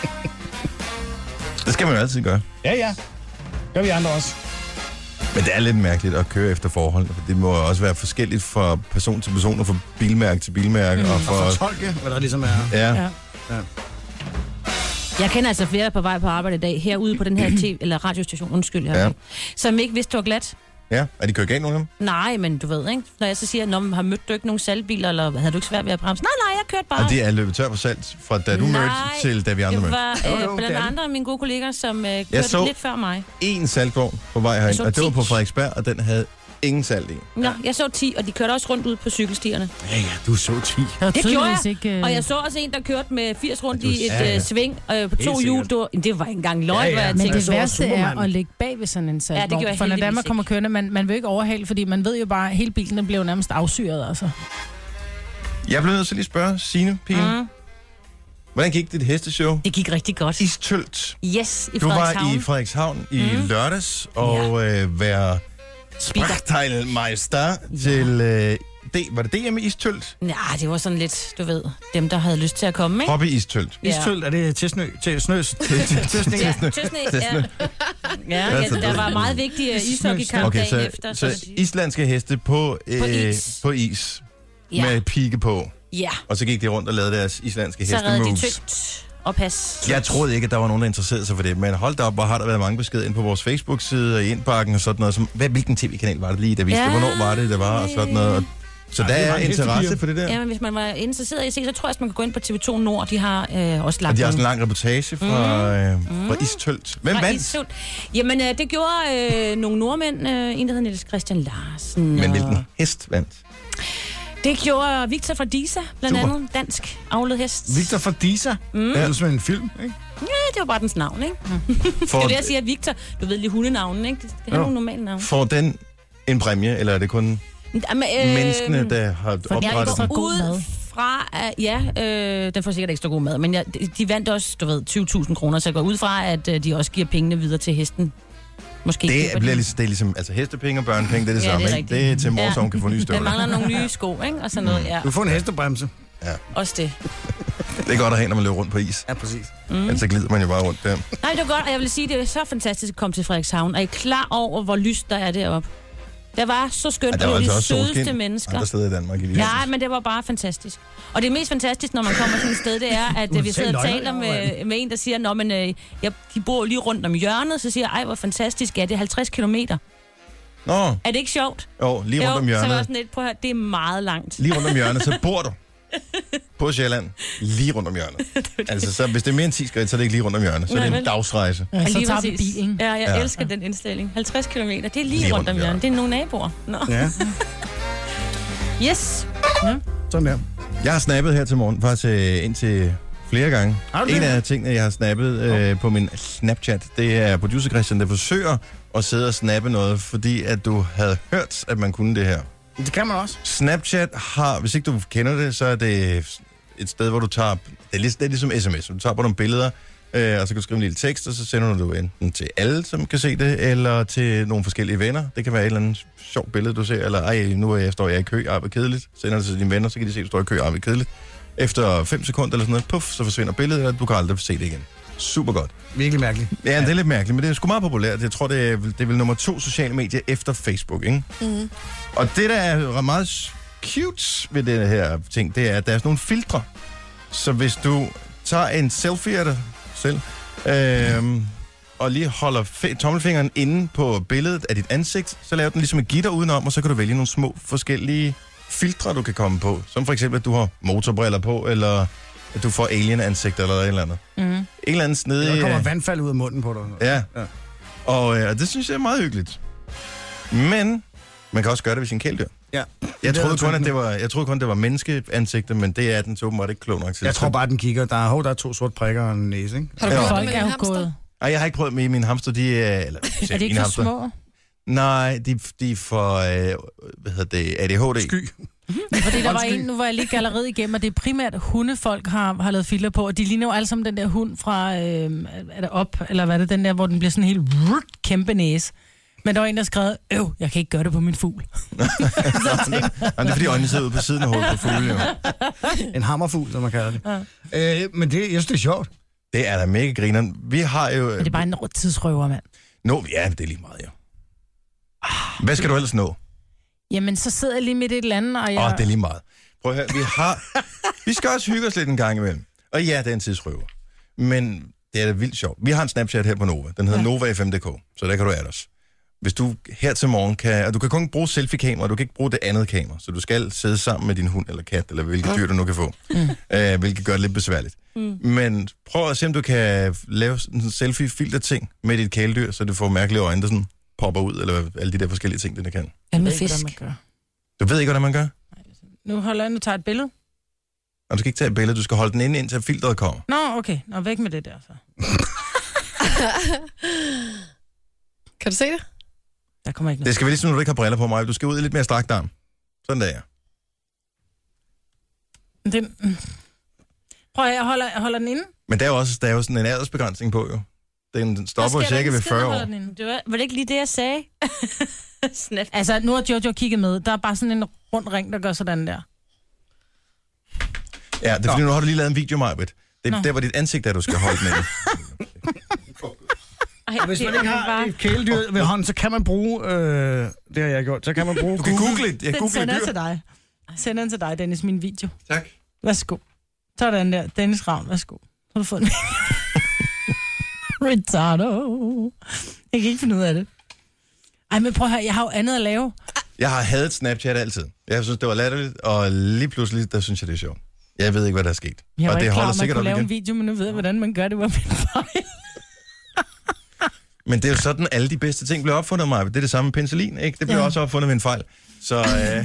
Det skal man jo altid gøre. Ja. Gør vi andre også. Men det er lidt mærkeligt at køre efter forholdene, for det må også være forskelligt fra person til person, og fra bilmærke til bilmærke. Og for tolke, hvad der ligesom er. Ja. Jeg kender altså flere på vej på arbejde i dag, herude på den her eller radiostation, som ikke vidste, det var glat. Ja, er de kørt galt nogle af dem? Nej, men du ved, ikke? Når jeg så siger, har mødt du ikke nogen salgbiler, eller havde du ikke svært ved at bremse? Nej, jeg kørte bare. Og det er løbet tør på salt, fra da du mødte til da vi andre mødte? Nej, det var blandt andre af mine gode kolleger, som kørte lidt før mig. En saltvogn på vej herind, og det var på Frederiksberg, og den havde ingen salt i. Nå, jeg så 10, og de kørte også rundt ud på cykelstierne. Ja, du så 10. Det gjorde jeg, ikke, og jeg så også en, der kørte med 80 rundt i et sving på 2 hjul. Det var ikke engang løgn, hvad jeg tænkte. Men det værste er at ligge bag ved sådan en saltvogn. Ja, for når Danmark kommer kørende, man vil ikke overhale, fordi man ved jo bare, at hele bilen den blev nærmest afsyret, altså. Jeg blev nødt til lige at spørge Signe, pigen. Hvordan gik dit hesteshow? Det gik rigtig godt. Istølt. Yes, i Frederikshavn. Frederikshavn. Du var i Frederikshavn i lørdags, og være sprachteilmeister til... var det DM i Istølt? Nej, det var sådan lidt, du ved, dem, der havde lyst til at komme, ikke? Hobby Istølt. Istølt, er det til snø? Til snø? Ja, der var meget vigtige ishockeykamp dagen efter. Så islandske heste på is med pigge på. Ja. Og så gik de rundt og lavede deres islandske hestemoves. Så redde de tyndt og pas. Jeg troede ikke, at der var nogen, der interesserede sig for det, men hold da op, hvor har der været mange beskeder ind på vores Facebook-side og i indbakken og sådan noget. Hvilken tv-kanal var det lige, der viste det? Hvornår var det var og sådan noget. Og Så der er interesse for det der? Ja, men hvis man var interesseret i at se, så tror jeg, at man kan gå ind på TV2 Nord. De har også lagt... Og de har også en lang reportage fra Istölt. Hvem vandt? Jamen, det gjorde nogle nordmænd. En, der hedder Niels Christian Larsen. Men hvilken hest vandt? Det gjorde Victor fra Disa, blandt andet. Dansk avlet hest. Victor fra Disa? Det er som en film, ikke? Ja, det var bare dens navn, ikke? Det er det, jeg siger, Victor. Du ved lige hundenavnen, ikke? Det har nogle normale navne. Får den en præmie, eller er det kun menneskene, der har oprettet den? Ud fra, den får sikkert ekstra god mad, men de vandt også, du ved, 20.000 kroner, så jeg går ud fra, at de også giver pengene videre til hesten. Måske det er ligesom, altså hestepenge og børnepenge, det er det samme, ikke? Det er til mor, som kan få nye støvler. Den mangler nogle nye sko, ikke? Og sådan noget, ja. Du får en hestebremse. Ja. Også det. Det er godt at have, når man løber rundt på is. Ja, præcis. Men så glider man jo bare rundt der. Nej, det er godt, og jeg vil sige, det er så fantastisk at komme til Frederikshavn. Er I klar over, hvor lyst der er deroppe? Det var så skønt, og det var de sødeste mennesker. Andre steder i Danmark i ja, men det var bare fantastisk. Og det mest fantastiske, når man kommer sådan et sted, det er, at vi sidder og taler med en, der siger, nå, men de bor lige rundt om hjørnet, så siger jeg, ej, hvor fantastisk, ja, det er 50 kilometer. Nå. Er det ikke sjovt? Jo, lige rundt om hjørnet. Så var sådan lidt, prøv at høre, det er meget langt. Lige rundt om hjørnet, så bor du på Sjælland, lige rundt om hjørnet. Altså, så hvis det er mere end 10 skridt, så er det ikke lige rundt om hjørnet. Så er det en dagsrejse. Ja, så tager vi bilen. Ja, jeg elsker den indstilling. 50 kilometer, det er lige rundt om hjørnet. Det er nogle naboer. Nå. Ja. Yes. Ja. Sådan der. Jeg har snappet her til morgen, faktisk indtil flere gange. En af tingene, jeg har snappet på min Snapchat, det er producer Christian, der forsøger at sidde og snappe noget, fordi at du havde hørt, at man kunne det her. Det kan man også. Snapchat har, hvis ikke du kender det, så er det et sted, hvor du tager, det er ligesom sms, du tager på nogle billeder, og så kan du skrive en lille tekst, og så sender du enten til alle, som kan se det, eller til nogle forskellige venner. Det kan være et eller andet sjovt billede, du ser, eller ej, nu står jeg i kø, hvor kedeligt. Sender det til dine venner, så kan de se, at du står i kø, hvor kedeligt. Efter 5 sekunder eller sådan noget, puff, så forsvinder billedet, og du kan aldrig se det igen. Super godt. Virkelig mærkeligt. Ja, det er lidt mærkeligt, men det er sgu meget populært. Jeg tror, det er vel nummer 2 sociale medier efter Facebook, ikke? Mm. Og det, der er meget cute ved det her ting, det er, at der er sådan nogle filtre. Så hvis du tager en selfie af dig selv, og lige holder tommelfingeren inde på billedet af dit ansigt, så laver den ligesom et gitter udenom, og så kan du vælge nogle små forskellige filtre, du kan komme på. Som for eksempel, at du har motorbriller på, eller at du får alien-ansigter eller et eller andet. Mm. En eller anden snedig... Der kommer vandfald ud af munden på dig. Ja. Og det synes jeg er meget hyggeligt. Men man kan også gøre det ved sin kæledyr. Ja. Jeg troede kun, det var menneskeansigter, men det er den så åbenbart ikke klog nok til. Jeg tror bare, den kigger. Der er 2 sorte prikker og en næse, ikke? Har du prøvet med en hamster? Ej, jeg har ikke prøvet med mine hamster. Er det ikke så små? Nej, de får, ADHD. Sky. Fordi der var en, nu var jeg lige galleriet igennem, og det er primært hundefolk har lavet filter på, og de ligner jo alle sammen den der hund fra, er det op, eller hvad er det, den der, hvor den bliver sådan helt kæmpe næse. Men der var en, der skrev, jeg kan ikke gøre det på min fugl. Det er fordi øjnene sidder ude på siden af hovedet på fuglen, jo. En hammerfugl, som man kalder det. Ja. Men jeg synes, det er sjovt. Det er da mega grineren. Vi har jo... Men det er bare en tidsrøver, mand. Ja, det er lige meget, jo. Hvad skal du ellers nå? Jamen, så sidder jeg lige midt i et eller andet, og jeg... det er lige meget. Prøv at høre, vi skal også hygge os lidt en gang imellem. Og ja, det er en tidsrøver. Men det er da vildt sjovt. Vi har en Snapchat her på Nova. Den hedder NovaFM.dk, så der kan du adde os. Hvis du her til morgen kan... Og du kan kun bruge selfie-kamera, du kan ikke bruge det andet kamera. Så du skal sidde sammen med din hund eller kat, eller hvilket dyr du nu kan få. Hvilket gør det lidt besværligt. Men prøv at se, om du kan lave sådan en selfie-filter-ting med dit kæledyr, så du får mærkelige øjne, der sådan popper ud, eller alle de der forskellige ting, den kan. Ja, med fisk. Du ved ikke, hvordan man gør? Nu holder jeg, nu tager et billede. Og du skal ikke tage et billede, du skal holde den inde, indtil filteret kommer. Nå, okay. Nå, væk med det der, så. Kan du se det? Der kommer ikke noget. Det skal være ligesom, når du ikke har briller på mig. Du skal ud i lidt mere strakt arm. Sådan der, ja. Prøv at jeg holder den inde. Men der er jo sådan en aldersbegrænsning på, jo. Den stopper jo cirka ved 40 år. Var det ikke lige det, jeg sagde? Altså, nu har Jojo kigget med. Der er bare sådan en rund ring, der gør sådan der. Ja, det er fordi, nu har du lige lavet en video, Maj-Brit. Der var dit ansigt, der du skal holde den inde. Hvis man ikke har et kæledyr ved hånden, så kan man bruge... det har jeg gjort. Så kan man bruge... Du kan google det. Den sender til dig. Sender den til dig, Dennis, min video. Tak. Værsgo. Sådan der. Dennis Ravn, værsgo. Så har du fået den. Retardo. Jeg kan ikke finde ud af det. Ej, men prøv at høre, jeg har jo andet at lave. Jeg har hadet Snapchat altid. Jeg synes, det var latterligt, og lige pludselig, der synes jeg, det er sjovt. Jeg ved ikke, hvad der er sket. Jeg var og det ikke klar, holder man kunne lave igen. en video, men nu ved jeg, hvordan man gør det, var min fejl. Men det er jo sådan, alle de bedste ting bliver opfundet, mig. Det er det samme med penicillin, ikke? Det bliver også opfundet ved en fejl. Så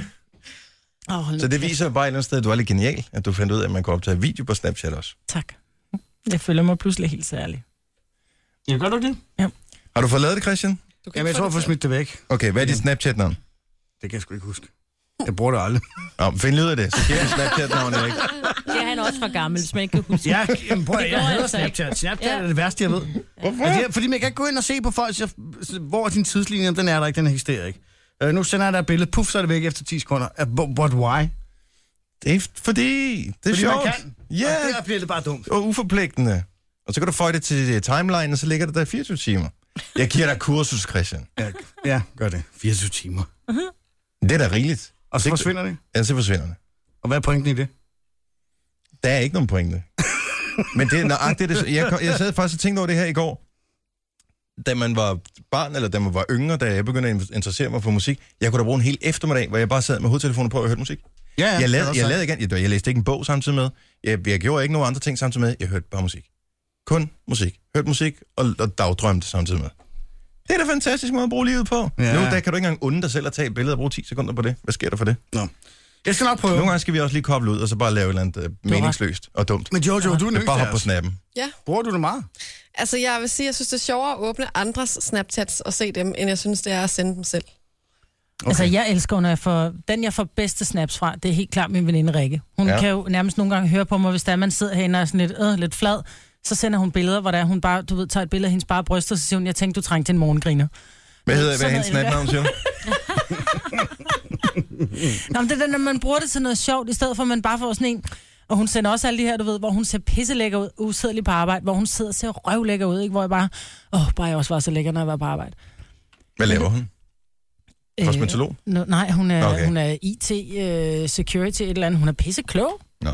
det viser jo bare et eller andet sted, at du er lidt genial, at du fandt ud af, at man kan optage video på Snapchat også. Tak. Jeg føler mig pludselig helt særlig. Ja, gør du det? Ja. Har du fået lavet det, Christian? Jamen, jeg tror, jeg får smidt det væk. Okay, hvad er dit Snapchat-navn? Det kan jeg sgu ikke huske. Jeg bruger det aldrig. Nå, find ud af det. Så giver jeg Snapchat-navnet, ikke? Det er han også for gammel, hvis man ikke kan huske. Jeg hader altså Snapchat. Snapchat er det værste, jeg ved. Hvorfor? Fordi man kan ikke gå ind og se på folk, hvor din tidslinje, den er der ikke, den eksisterer ikke. Nu sender jeg dig et billede, puff, så er det væk efter 10 sekunder. But why? Det er fordi det er sjovt. Man kan. Ja. Og der bliver det bare dumt. Og uforpligtende. Og så kan du få det til timeline, og så ligger det der 24 timer. Jeg giver dig kursus, Christian. Ja, gør det. 24 timer. Det er da rigeligt. Og så forsvinder det? Ja, så forsvinder det. Og hvad er pointen i det? Der er ikke nogen pointe. Men det er nøjagtigt det. Jeg sad faktisk og tænkte over det her i går. Da man var barn, eller da man var yngre, da jeg begyndte at interessere mig for musik, jeg kunne da bruge en hel eftermiddag, hvor jeg bare sad med hovedtelefonen på og hørte musik. Ja, jeg læste ikke en bog samtidig med. Jeg gjorde ikke nogen andre ting samtidig med. Jeg hørte bare musik. Kun musik. Hørte musik og dagdrømte samtidig med. Det er da fantastisk måde at bruge livet på. Ja. Nu der kan du ikke engang unde dig selv at tage et billede og bruge 10 sekunder på det. Hvad sker der for det? Nå. Jeg skal nok prøve. Nogle gange skal vi også lige koble ud, og så bare lave et eller andet meningsløst og dumt. Men Jojo, du er nødt bare hoppe på snappen. Ja. Bruger du det meget? Altså, jeg vil sige, jeg synes, det er sjovere at åbne andres Snapchats og se dem, end jeg synes, det er at sende dem selv. Okay. Altså, jeg elsker, når jeg får bedste snaps fra, det er helt klart min veninde Rikke. Hun kan jo nærmest nogle gange høre på mig, hvis der man sidder herinde og er sådan lidt flad, så sender hun billeder, hvor der hun bare, du ved, tager et billede af hendes bare bryst, og så siger hun, jeg tænkte, du trængte til en morgengriner. Hvad er hendes snapnavn, siger du? Nå, men det er den, når man bruger det til noget sjovt, i stedet for, at man bare får sådan en. Og hun sender også alle de her, du ved, hvor hun ser pisselækker ud, usædelig på arbejde, hvor hun sidder og ser røvlækker ud, ikke? Hvor jeg bare, bare jeg også var så lækker, når jeg var på arbejde. Hvad laver hun? Kosmetolog? Nej, hun er IT, security, et eller andet. Hun er pisseklog. Nå.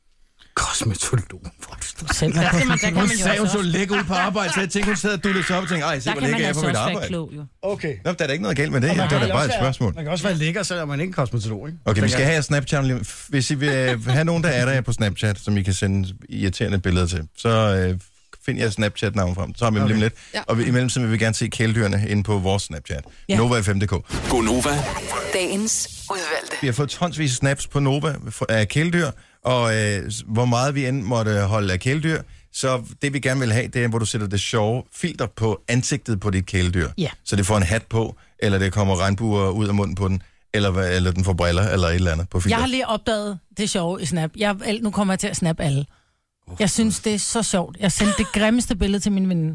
Kosmetolog. Selv der kan man jo sagde hun så lækker ud på arbejde, så jeg tænkte, hun sad og dullede sig op og tænkte, ej, se hvor lækker jeg er på mit arbejde. Klog, jo. Okay. Nå, der er da ikke noget galt med det. Det er da bare et spørgsmål. Man kan også være lækker, selvom man ikke er kosmetolog, ikke? Okay, vi skal have Snapchat. Hvis I vil have nogen, der er der på Snapchat, som I kan sende irriterende billeder til, så find jeres Snapchat-navn frem. Så har vi dem lige lidt. Ja. Og i mellemtiden vil vi gerne se kæledyrene inde på vores Snapchat. Ja. Nova5.dk. Gonova. Dagens udvalgte. Vi har fået tonsvis snaps på Nova af kæledyr, og hvor meget vi end måtte holde af kæledyr, så det vi gerne vil have, det er, hvor du sætter det sjove filter på ansigtet på dit kæledyr. Ja. Så det får en hat på, eller det kommer regnbuer ud af munden på den, eller den får briller, eller et eller andet på filter. Jeg har lige opdaget det sjove i Snap. Nu kommer jeg til at snappe alle. Jeg synes, det er så sjovt. Jeg sendte det grimmeste billede til min veninde.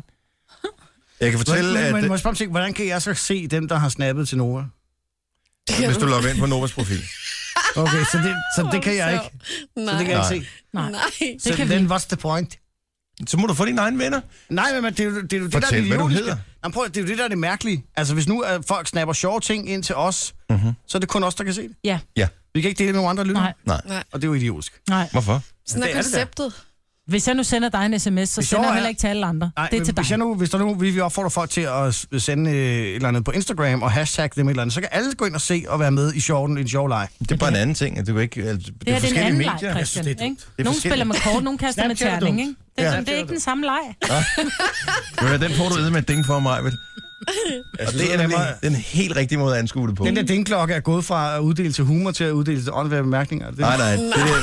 Jeg kan fortælle, at... Men må jeg spørge om, hvordan kan jeg så se dem, der har snappet til Nova? Hvis du logger ind på Novas profil. Okay, så det kan jeg ikke. Nej. Så det kan jeg ikke se. Nej. Så then what's the point? Så må du få dine egne venner. Nej, men det er jo det, der er det hvad du hedder. Jamen, prøv, det er jo det, der er det mærkelige. Altså, hvis nu folk snapper sjove ting ind til os, så er det kun os, der kan se det. Ja. Vi kan ikke dele det med nogle andre lytter. Nej. Og det er jo idiotisk. Nej. Hvorfor? Sådan er konceptet. Hvis jeg nu sender dig en sms, så sender jeg heller ikke til alle andre. Nej, det er til dig. Hvis der nu vi opfordrer folk til at sende et eller andet på Instagram og hashtag dem et eller andet, så kan alle gå ind og se og være med i en sjov leg. Det er bare en anden ting. At du kan ikke, altså, det er forskellige anden medier. Leg, Christian, det er ikke? Nogle spiller med kort, nogle kaster med terning, ikke? Det er ikke den samme leg. Den får du med et ding for mig, vel? Altså, det er nemlig den helt rigtige måde at anskue det på. Den der dingklokke er gået fra at uddele til humor til at uddele til åndværende bemærkninger. Nej.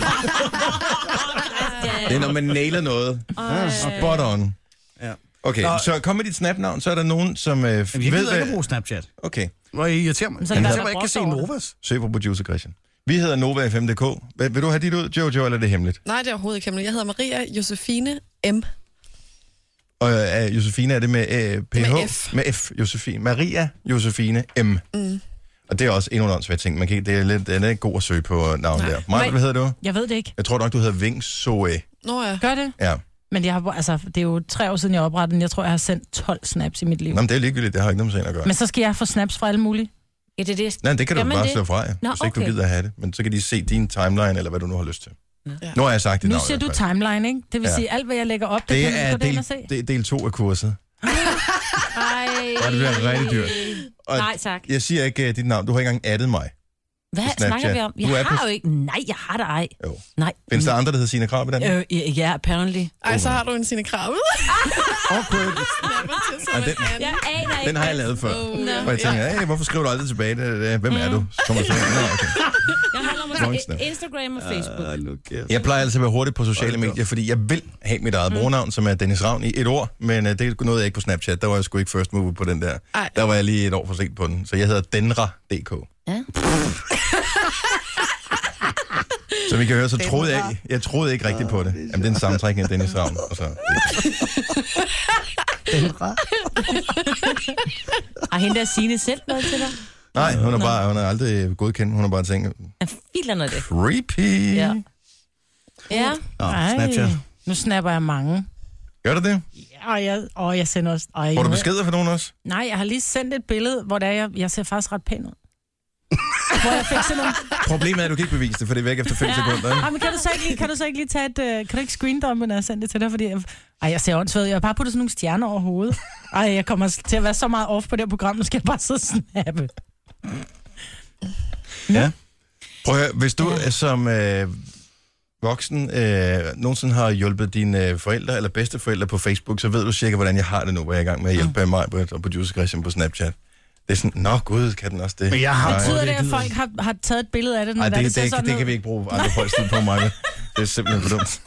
Det er, når man nailer noget. Spot on. Ja. Okay, så kom med dit snapnavn, så er der nogen, som ved ikke at bruge Snapchat. Okay. Hvor I irriterer mig. Så jeg ikke kan se Novas. Søg på producer Christian. Vi hedder Nova5.dk. Vil du have dit ud, Jojo, eller er det hemmeligt? Nej, det er overhovedet ikke hemmeligt. Jeg hedder Maria Josefine M. Og Josefine er det med PH? Med F. Med F, Josefine. Maria Josefine M. Og det er også endnu en åndsvært ting. Man kan, det er lidt god at søge på navnet der. Maja, hvad hedder du? Jeg ved det ikke. Jeg tror nok, du hedder Vingsoe. Nå ja. Gør det? Ja. Men det er jo 3 år siden, jeg oprettede den. Jeg tror, jeg har sendt 12 snaps i mit liv. Nå, men det er ligegyldigt. Det har ikke noget med sagen at gøre. Men så skal jeg få snaps fra alle mulige? Ja, det. Nej, det kan du bare slå fra, hvis ikke du gider have det. Men så kan de se din timeline, eller hvad du nu har lyst til. Ja. Nu har jeg sagt det nu siger du timeline, ikke? Det vil sige, alt, hvad jeg lægger op, det kan du gå ind og se. Det er del 2 af kurset. Ej. Og det bliver rigtig dyrt. Og Nej, tak. Jeg siger ikke dit navn. Du har ikke engang addet mig. Hvad snakker vi om? Jeg har jo ikke... Nej, jeg har det ej. Jo. Nej. Findes der andre, der hedder Signe Krab i Danmark? Ja, apparently. Ej, så har du en Signe Krabbe. Awkward. Jeg aner ikke. Den har jeg lavet før. Og jeg tænker, hey, hvorfor skriver du aldrig tilbage? Hvem er du? Så kommer jeg okay. Jeg handler om Instagram og Facebook. Jeg plejer altid at være hurtig på sociale medier, fordi jeg vil have mit eget brugnavn, som er Dennis Ravn i et ord, men det nåede jeg ikke på Snapchat. Der var jeg sgu ikke first mover på den der. Ej. Der var jeg lige et år for sent på den. Så jeg hedder Denra.dk. Ja. Så vi kan høre, så troede jeg troede ikke rigtigt på det. Jamen, det er en sammentrækning af Dennis Ravn. Og så, Denra. Har hende der Signe selv noget til dig? nej, hun er aldrig godkendt. Hun har bare tænkt, Filerne det. creepy. Ja. Ja. Snapchat. Nu snapper jeg mange. Gør du det? Og jeg sender også... Får du beskeder fra nogen også? Nej, jeg har lige sendt et billede, hvor jeg ser faktisk ret pæn ud. Hvor jeg fik sådan nogle... Problemet er, at du kan ikke bevise det, for det er væk efter 5 sekunder. Ikke? Ej, men kan du så ikke lige tage et... kan du ikke screendumpe, når jeg sender det til dig? Fordi jeg ser åndssvagt. Jeg har bare puttet sådan nogle stjerner over hovedet. Ej, jeg kommer til at være så meget off på det her program, nu skal jeg bare så snappe. Ja. Prøv at høre, hvis du som voksen nogensinde har hjulpet dine forældre eller bedsteforældre på Facebook, så ved du cirka, hvordan jeg har det nu, hvor jeg er i gang med at hjælpe mig og producer Christian på Snapchat. Det er sådan, nå gud, kan den også det? Men jeg har... Betyder det, at folk har taget et billede af det? Nej, det kan vi ikke bruge andre folks tid på mig. Det er simpelthen for dumt.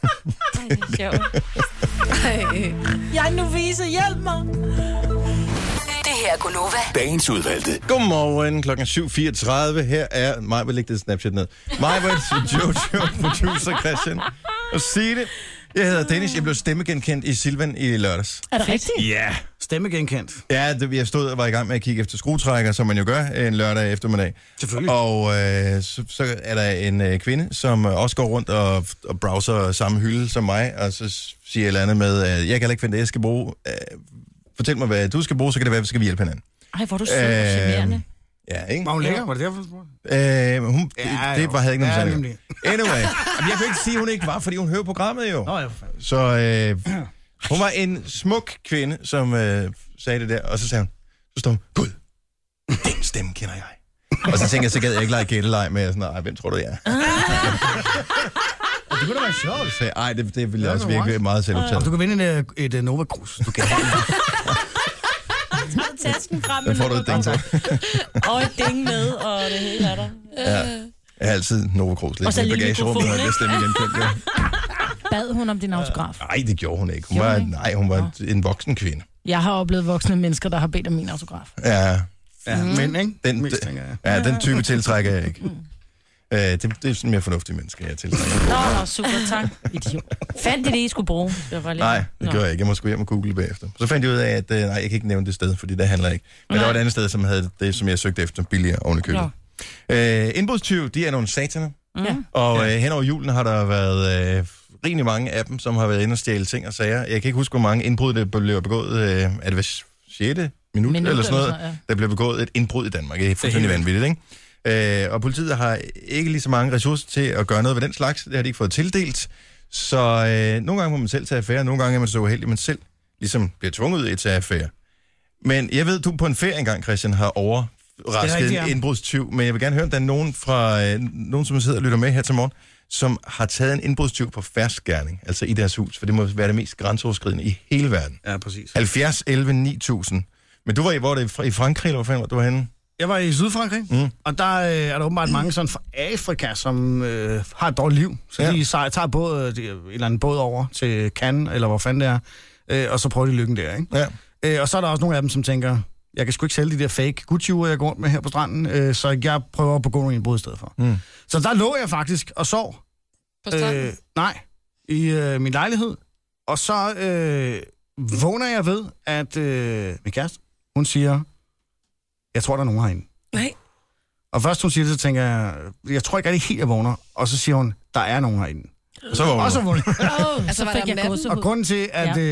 Jeg nu viser, hjælp mig! Det her er Gunova. Dagens udvalgte. Godmorgen, klokken 7.34. Her er mig, vil lægge det Snapchat ned. Mig, Jojo, producer Christian. Og sige det. Jeg hedder Dennis. Jeg blev stemmegenkendt i Silvan i lørdags. Er det rigtigt? Ja. Stemmegenkendt. Ja, jeg stod og var i gang med at kigge efter skruetrækker, som man jo gør en lørdag eftermiddag. Selvfølgelig. Og så er der en kvinde, som også går rundt og browser samme hylde som mig, og så siger et eller andet med, jeg kan heller ikke finde det, jeg skal bruge. Fortæl mig, hvad du skal bruge, så kan det være, så skal vi hjælpe hinanden. Ej, hvor er du sød og charmerende. Ja, ikke? Var hun lækker? Var det derfor, du spurgte? Det havde ikke noget med nemlig. Anyway, jeg kan jo ikke sige, at hun ikke var, fordi hun hører programmet jo. Nå, ja, Så hun var en smuk kvinde, som sagde det der, og så sagde hun, så stod hun, Gud, den stemme kender jeg. Og så tænkte jeg, så gad jeg ikke lege gætteleg med, sådan, hvem tror du, jeg er? Det kunne da være sjovt. Så ej, det ville også virkelig meget selvoptaget. Og du kan vinde et Nova Cruz. Du kan Tasken frem Den får du et ding på. Og et ding med, og det hele er der. Ja. Jeg har altid Nova Cruz lidt i bagagerummet, når jeg stemme igen kendt. Ja. Bad hun om din autograf? Nej, det gjorde hun ikke. Hun var en voksen kvinde. Jeg har oplevet voksne mennesker, der har bedt om min autograf. Ja. Men, ikke? Den type tiltrækker jeg ikke. Det er sådan mere fornuftige mennesker, jeg tiltrækker. Nå, super, tak. Idiot. Fandt I det, I skulle bruge? Nej, det gør jeg ikke. Jeg må sgu hjem og google bagefter. Så fandt jeg ud af, at nej, jeg kan ikke nævne det sted, fordi det handler ikke. Men der var et andet sted, som havde det, som jeg søgte efter, billigere oven i købet. Indbrudstyv, de er nogle sataner. Og hen over julen har der været rigtig mange af dem, som har været inde og stjæle ting og sager. Jeg kan ikke huske, hvor mange indbrud, der blev begået. Er det ved 6. minut eller sådan noget, der blev begået et indbrud i Danmark. Det er fuldstændig vanvittigt, ikke? Og politiet har ikke lige så mange ressourcer til at gøre noget ved den slags. Det har de ikke fået tildelt. Så nogle gange må man selv tage affære, nogle gange er man så uheldig, at man selv ligesom bliver tvunget ud i at tage affære. Men jeg ved, du på en ferie engang, Christian, har overrasket en indbrudstyv, men jeg vil gerne høre, om der er nogen, som sidder og lytter med her til morgen, som har taget en indbrudstyv på ferskgerning, altså i deres hus, for det må være det mest grænseoverskridende i hele verden. Ja, præcis. 70, 11, 9000. Men du var i Frankrig, eller hvor fanden var du henne? Jeg var i Sydfrankrig, og der er der åbenbart mange sådan fra Afrika, som har et dårligt liv. Så de tager en eller anden båd over til Cannes, eller hvor fanden det er, og så prøver de lykken der, ikke? Ja. Og så er der også nogle af dem, som tænker, jeg kan sgu ikke sælge de der fake Gucci-ure, jeg går rundt med her på stranden, så jeg prøver at begå nogle indbrud i stedet for. Så der lå jeg faktisk og sov. På stranden? Nej, i min lejlighed. Og så vågner jeg ved, at min kæreste, hun siger, jeg tror, der er nogen herinde. Nej. Og først hun siger det, så tænker jeg tror ikke, at det helt jeg vågner. Og så siger hun, der er nogen herinde. Så vågner hun. Altså, var der natten? Og grunden til,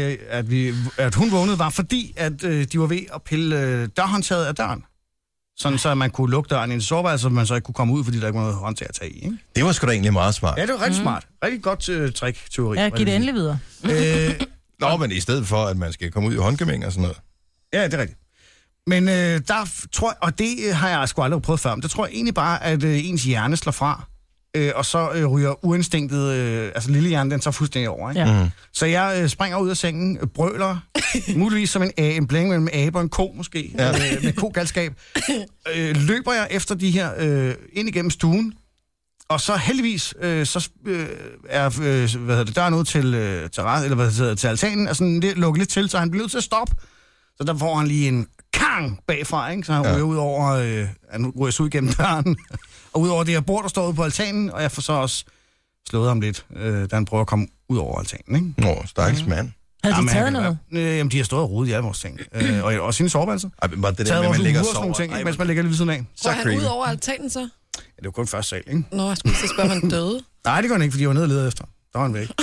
at hun vågnede, var fordi, at de var ved at pille dørhåndtaget af døren. Sådan så man kunne lukke døren i en soveværelse, så man så ikke kunne komme ud, fordi der ikke var noget håndtag at tage i. Ikke? Det var sgu da egentlig meget smart. Ja, det var rigtig smart. Rigtig godt trick-teori. Ja, giv det endelig videre. Nå, men i stedet for, at man skal komme ud i håndgemæng og sådan noget. Ja, det er rigtigt. Men der tror jeg, og det har jeg sgu aldrig prøvet før, men der tror jeg egentlig bare, at ens hjerne slår fra, og så ryger uinstinktet, altså lille hjerne, den tager fuldstændig over, ikke? Ja. Så jeg springer ud af sengen, brøler, muligvis som en blanding mellem abe og en ko måske, med kogalskab. Løber jeg efter de her ind igennem stuen, og så heldigvis er døren ud til altanen, og sådan lukket lidt til, så han bliver nødt til at stoppe. Så der får han lige en kang bagfra, ikke? Så han ryger ud over, han ryger så ud gennem døren, og ud over det her bord, der står ude på altanen, og jeg får så også slået ham lidt, da han prøver at komme ud over altanen, ikke? Nå, stakkels mand. Havde de taget noget? Jamen, de har stået og rodet i alle vores ting. Og også i soveværelse. Var det der med, man ligger og sover? Ting, mens man ligger lige ved siden af. Så er han ud over altanen så? Ja, det var kun første sal, ikke? Nå, jeg skulle så spørge, om han døde. Nej, det gør han ikke, fordi jeg var nede og lede efter. Der var han væk.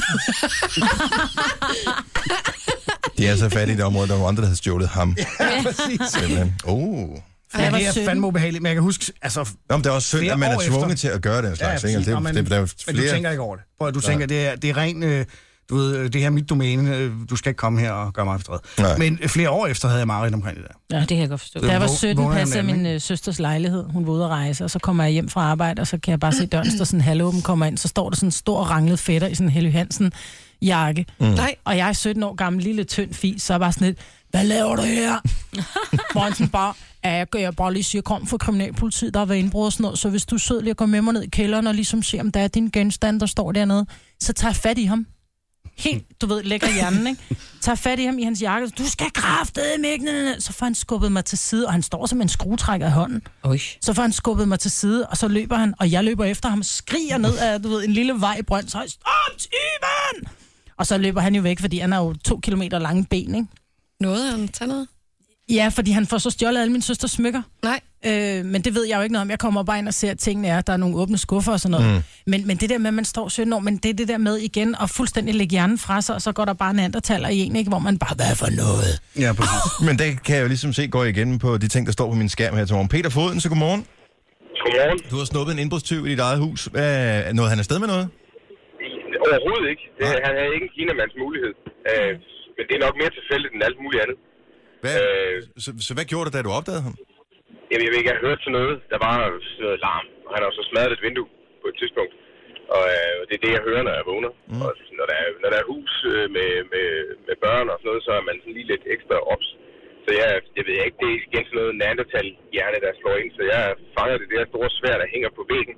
De er så fattige i det område, der var andre, der havde stjålet ham. Ja, præcis. Ja, det er fandme ubehageligt, men jeg kan huske, altså... Nå, men det er også synd, at man er tvunget til at gøre den slags, ikke? Ja, men du tænker ikke over det. Prøv, du tænker, det er rent... Du ved, det her er mit domæne, du skal ikke komme her og gøre mig forstået. Men flere år efter havde jeg mareridt omkring det der. Ja, det kan jeg godt forstå. Da jeg var 17, passede min søsters lejlighed. Hun var ude at rejse, og så kommer jeg hjem fra arbejde, og så kan jeg bare se døren står sådan halvåben, kommer ind, så står der sådan en stor ranglet fætter i sådan en Helly Hansen jakke. Og jeg er 17 år gammel, lille tynd fis, så er bare sådan lidt, hvad laver du her? Hvor han sådan bare, jeg bare lige siger, kom fra kriminalpolitiet, der har været indbrud og sådan noget, så hvis du er sød lige at gå med mig ned i kælderen og ligesom se, om der er din genstand, der står dernede, så tager jeg fat i ham. Helt, du ved, lægger hjernen, ikke? Tager fat i ham i hans jakke, du skal kraftedeme ikke. Så får han skubbet mig til side, og han står som en skruetrækker i hånden. Så får han skubbet mig til side, og så løber han, og jeg løber efter ham, skriger ned af, du ved, en lille vej i Brønd, så stop, tyven! Og så løber han jo væk, fordi han har jo 2 kilometer lange ben, ikke? Nåede han tage noget? Ja, fordi han får så stjålet alle mine søsters smykker. Nej. Men det ved jeg jo ikke noget om. Jeg kommer bare ind og ser, at tingene er, der er nogle åbne skuffer og sådan noget. Men det der med, at man står 17 år, men det er det der med igen at fuldstændig lægge hjernen fra sig, og så går der bare en andertaler i en, ikke? Hvor man bare, hvad for noget? Ja, præcis. Men det kan jeg jo ligesom se går igen på de ting, der står på min skærm her til morgen. Peter Foden, så godmorgen. Godmorgen. Du har snuppet en indbrudstyv i dit eget hus. Nåede han afsted med noget? Overhovedet ikke. Han havde ikke en kinamands mulighed. Men det er nok mere tilfældigt end alt muligt andet. Så hvad gjorde du, da du opdagede ham? Jeg ved ikke, jeg har hørt sådan noget. Der var sådan noget larm, og han har så smadret et vindue på et tidspunkt. Og det er det, jeg hører, når jeg vågner. Og når der er hus med børn og sådan noget, så er man sådan lige lidt ekstra ops. Så jeg ved ikke, det er igen sådan noget Neandertal-hjerne, der slår ind. Så jeg fanger det der store sværd, der hænger på væggen.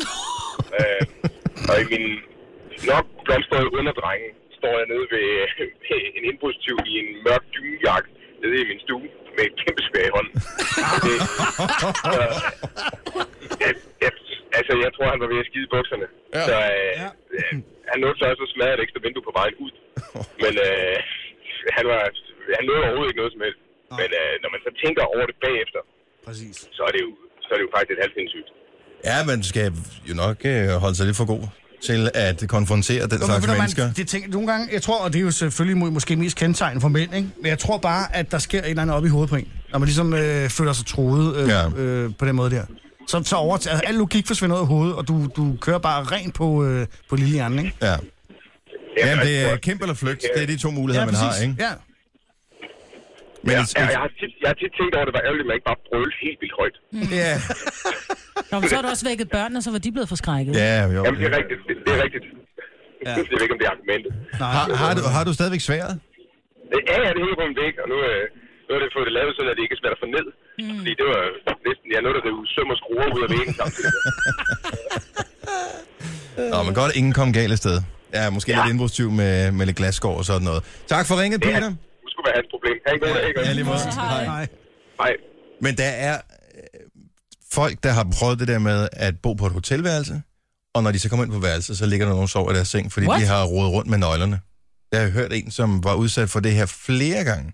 Og i min nok blomstrede underdrenge står jeg nede ved en indbrudstyv i en mørk dynejakke nede i min stue med et kæmpe sværd i hånden. Jeg tror, han var ved at skide bukserne. Ja. Så han nåede så også at smadre et ekstra vindue på vejen ud. Men han nåede overhovedet ikke noget som helst. Men når man så tænker over det bagefter, præcis. Så er det jo faktisk et halvt sindssygt. Ja, man skal jo nok holde sig lidt for god til at konfrontere den slags mennesker. Nogle gange, jeg tror, og det er jo selvfølgelig måske mest kendetegn for mænd, ikke? Men jeg tror bare, at der sker et eller andet op i hovedet på en. Når man ligesom føler sig troet på den måde der. Så overtager al logik forsvinder ud af hovedet, og du kører bare rent på lille hjernen, ikke? Ja. Jamen, det er kæmpe eller flygt. Det er de to muligheder, man har, ikke? Ja. Men jeg har tit tænkt over, at det var ærgerligt, at man ikke bare brølte helt vildt højt. Ja. Nå, men så har du også vækket børnene, så var de blevet forskrækket. Ja, jo. Jamen, det er rigtigt. Det er rigtigt. Ja. Jeg ved ikke, om det er argumentet. Har du stadigvæk sværet? Ja, det hænger på min væg, og nu har det fået det lavet sådan, at det ikke smatter for ned. Fordi det var næsten, jeg nåede at rive søm og skruer ud af væggen samtidig. Nå, men godt, ingen kom galt af sted. Ja, måske lidt indbrudstyv med lidt glasskår og sådan noget. Tak for ringet, Peter. Det skulle være hans problem. Ha' en god dag, ikke? Ja, lige måde. Hej. Men der er folk, der har prøvet det der med at bo på et hotelværelse, og når de så kommer ind på værelset, så ligger der nogen sover i deres seng, fordi de har rodet rundt med nøglerne. Jeg har hørt en, som var udsat for det her flere gange,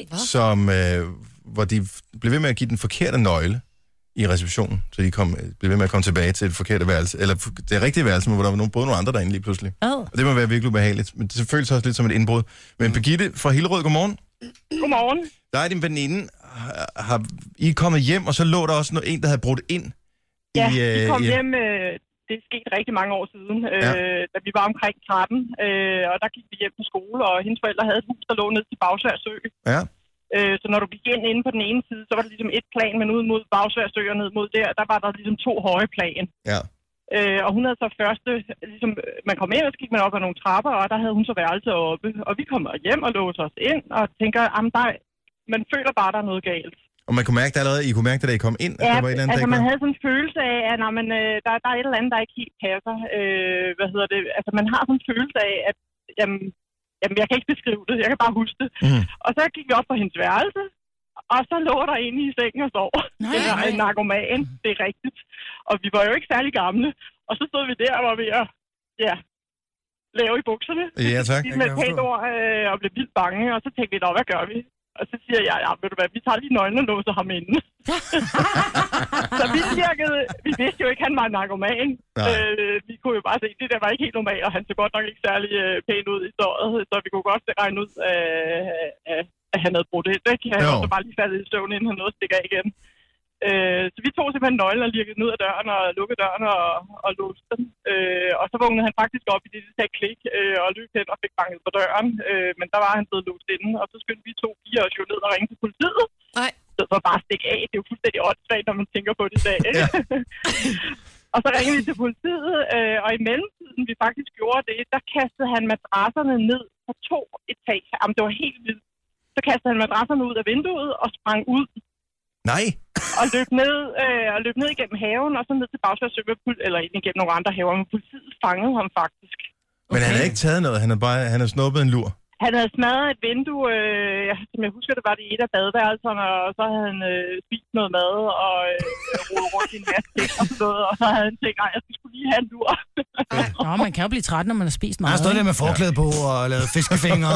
hvor de blev ved med at give den forkerte nøgle i receptionen, så de blev ved med at komme tilbage til det forkerte værelse, eller det rigtige værelse, men hvor der var både nogle andre derinde lige pludselig. Og det må være virkelig ubehageligt, men det føles også lidt som et indbrud. Men Birgitte fra Hillerød, godmorgen. Godmorgen. Der er din veninde. Har I kommet hjem, og så lå der også en, der havde brudt ind? Ja, vi kom hjem, det skete rigtig mange år siden, da vi var omkring 13, og der gik vi hjem på skole, og hendes forældre havde et hus, der lå ned til Bagsværd Sø. Ja. Så når du gik ind på den ene side, så var det ligesom et plan, men ud mod Bagsværd Sø og ned mod der var der ligesom 2 høje plan. Ja. Og hun havde så første, ligesom man kom ind, og så gik man op ad nogle trapper, og der havde hun så værelse oppe. Og vi kommer hjem og låser os ind, og tænker, man føler bare, der er noget galt. Og man kunne mærke det allerede, I kunne mærke det, da I kom ind? Ja, altså man havde sådan en følelse af, at der er et eller andet, der ikke helt passer. Altså man har sådan en følelse af, at jamen, jeg kan ikke beskrive det, jeg kan bare huske det. Og så gik vi op på hendes værelse, og så lå der inde i sengen og sov. Det var en narkoman, det er rigtigt. Og vi var jo ikke særlig gamle. Og så stod vi der og var ved at lave i bukserne. Ja, tak. Med et pænt ord og blev vildt bange. Og så tænkte vi, hvad gør vi? Og så siger jeg, ved du hvad, vi tager lige nøglen og låser ham inde. Så vi vidste jo ikke, at han var en narkoman. Vi kunne jo bare se, at det der var ikke helt normalt, og han så godt nok ikke særlig pæn ud i såret. Så vi kunne godt regne ud, at han havde brugt det. Han havde så bare lige faldet i søvn, inden han nåede at stikke af igen. Så vi tog simpelthen nøglen og lirkede den ud af døren og lukkede døren og låste den. Og så vågnede han faktisk op i det sagde klik og løb hen og fik banket på døren. Men der var han blevet låst inde, og så skyndte vi 2 piger og jo ned og ringe til politiet. Nej. Så det var bare at stikke af. Det er jo fuldstændig åndssvagt, når man tænker på det i dag. Ja. Og så ringede vi til politiet, og i mellemtiden vi faktisk gjorde det, der kastede han madrasserne ned på 2 etager. Jamen, det var helt vildt. Så kastede han madrasserne ud af vinduet og sprang ud. Nej. Og løb ned igennem haven, og så ned til Bagsværd Sø, eller ind igennem nogle andre haver, men politiet fangede ham faktisk. Men han havde ikke taget noget, han havde snuppet en lur? Han havde smadret et vindue, som jeg husker, det var det i et af badeværelserne, og så havde han spist noget mad og rodet rundt i en masse ting og sådan noget, og så havde han tænkt, jeg skulle lige have en lur. Nå, man kan jo blive træt, når man har spist meget. Han stod der med forklæde på og lavet fiskefingre.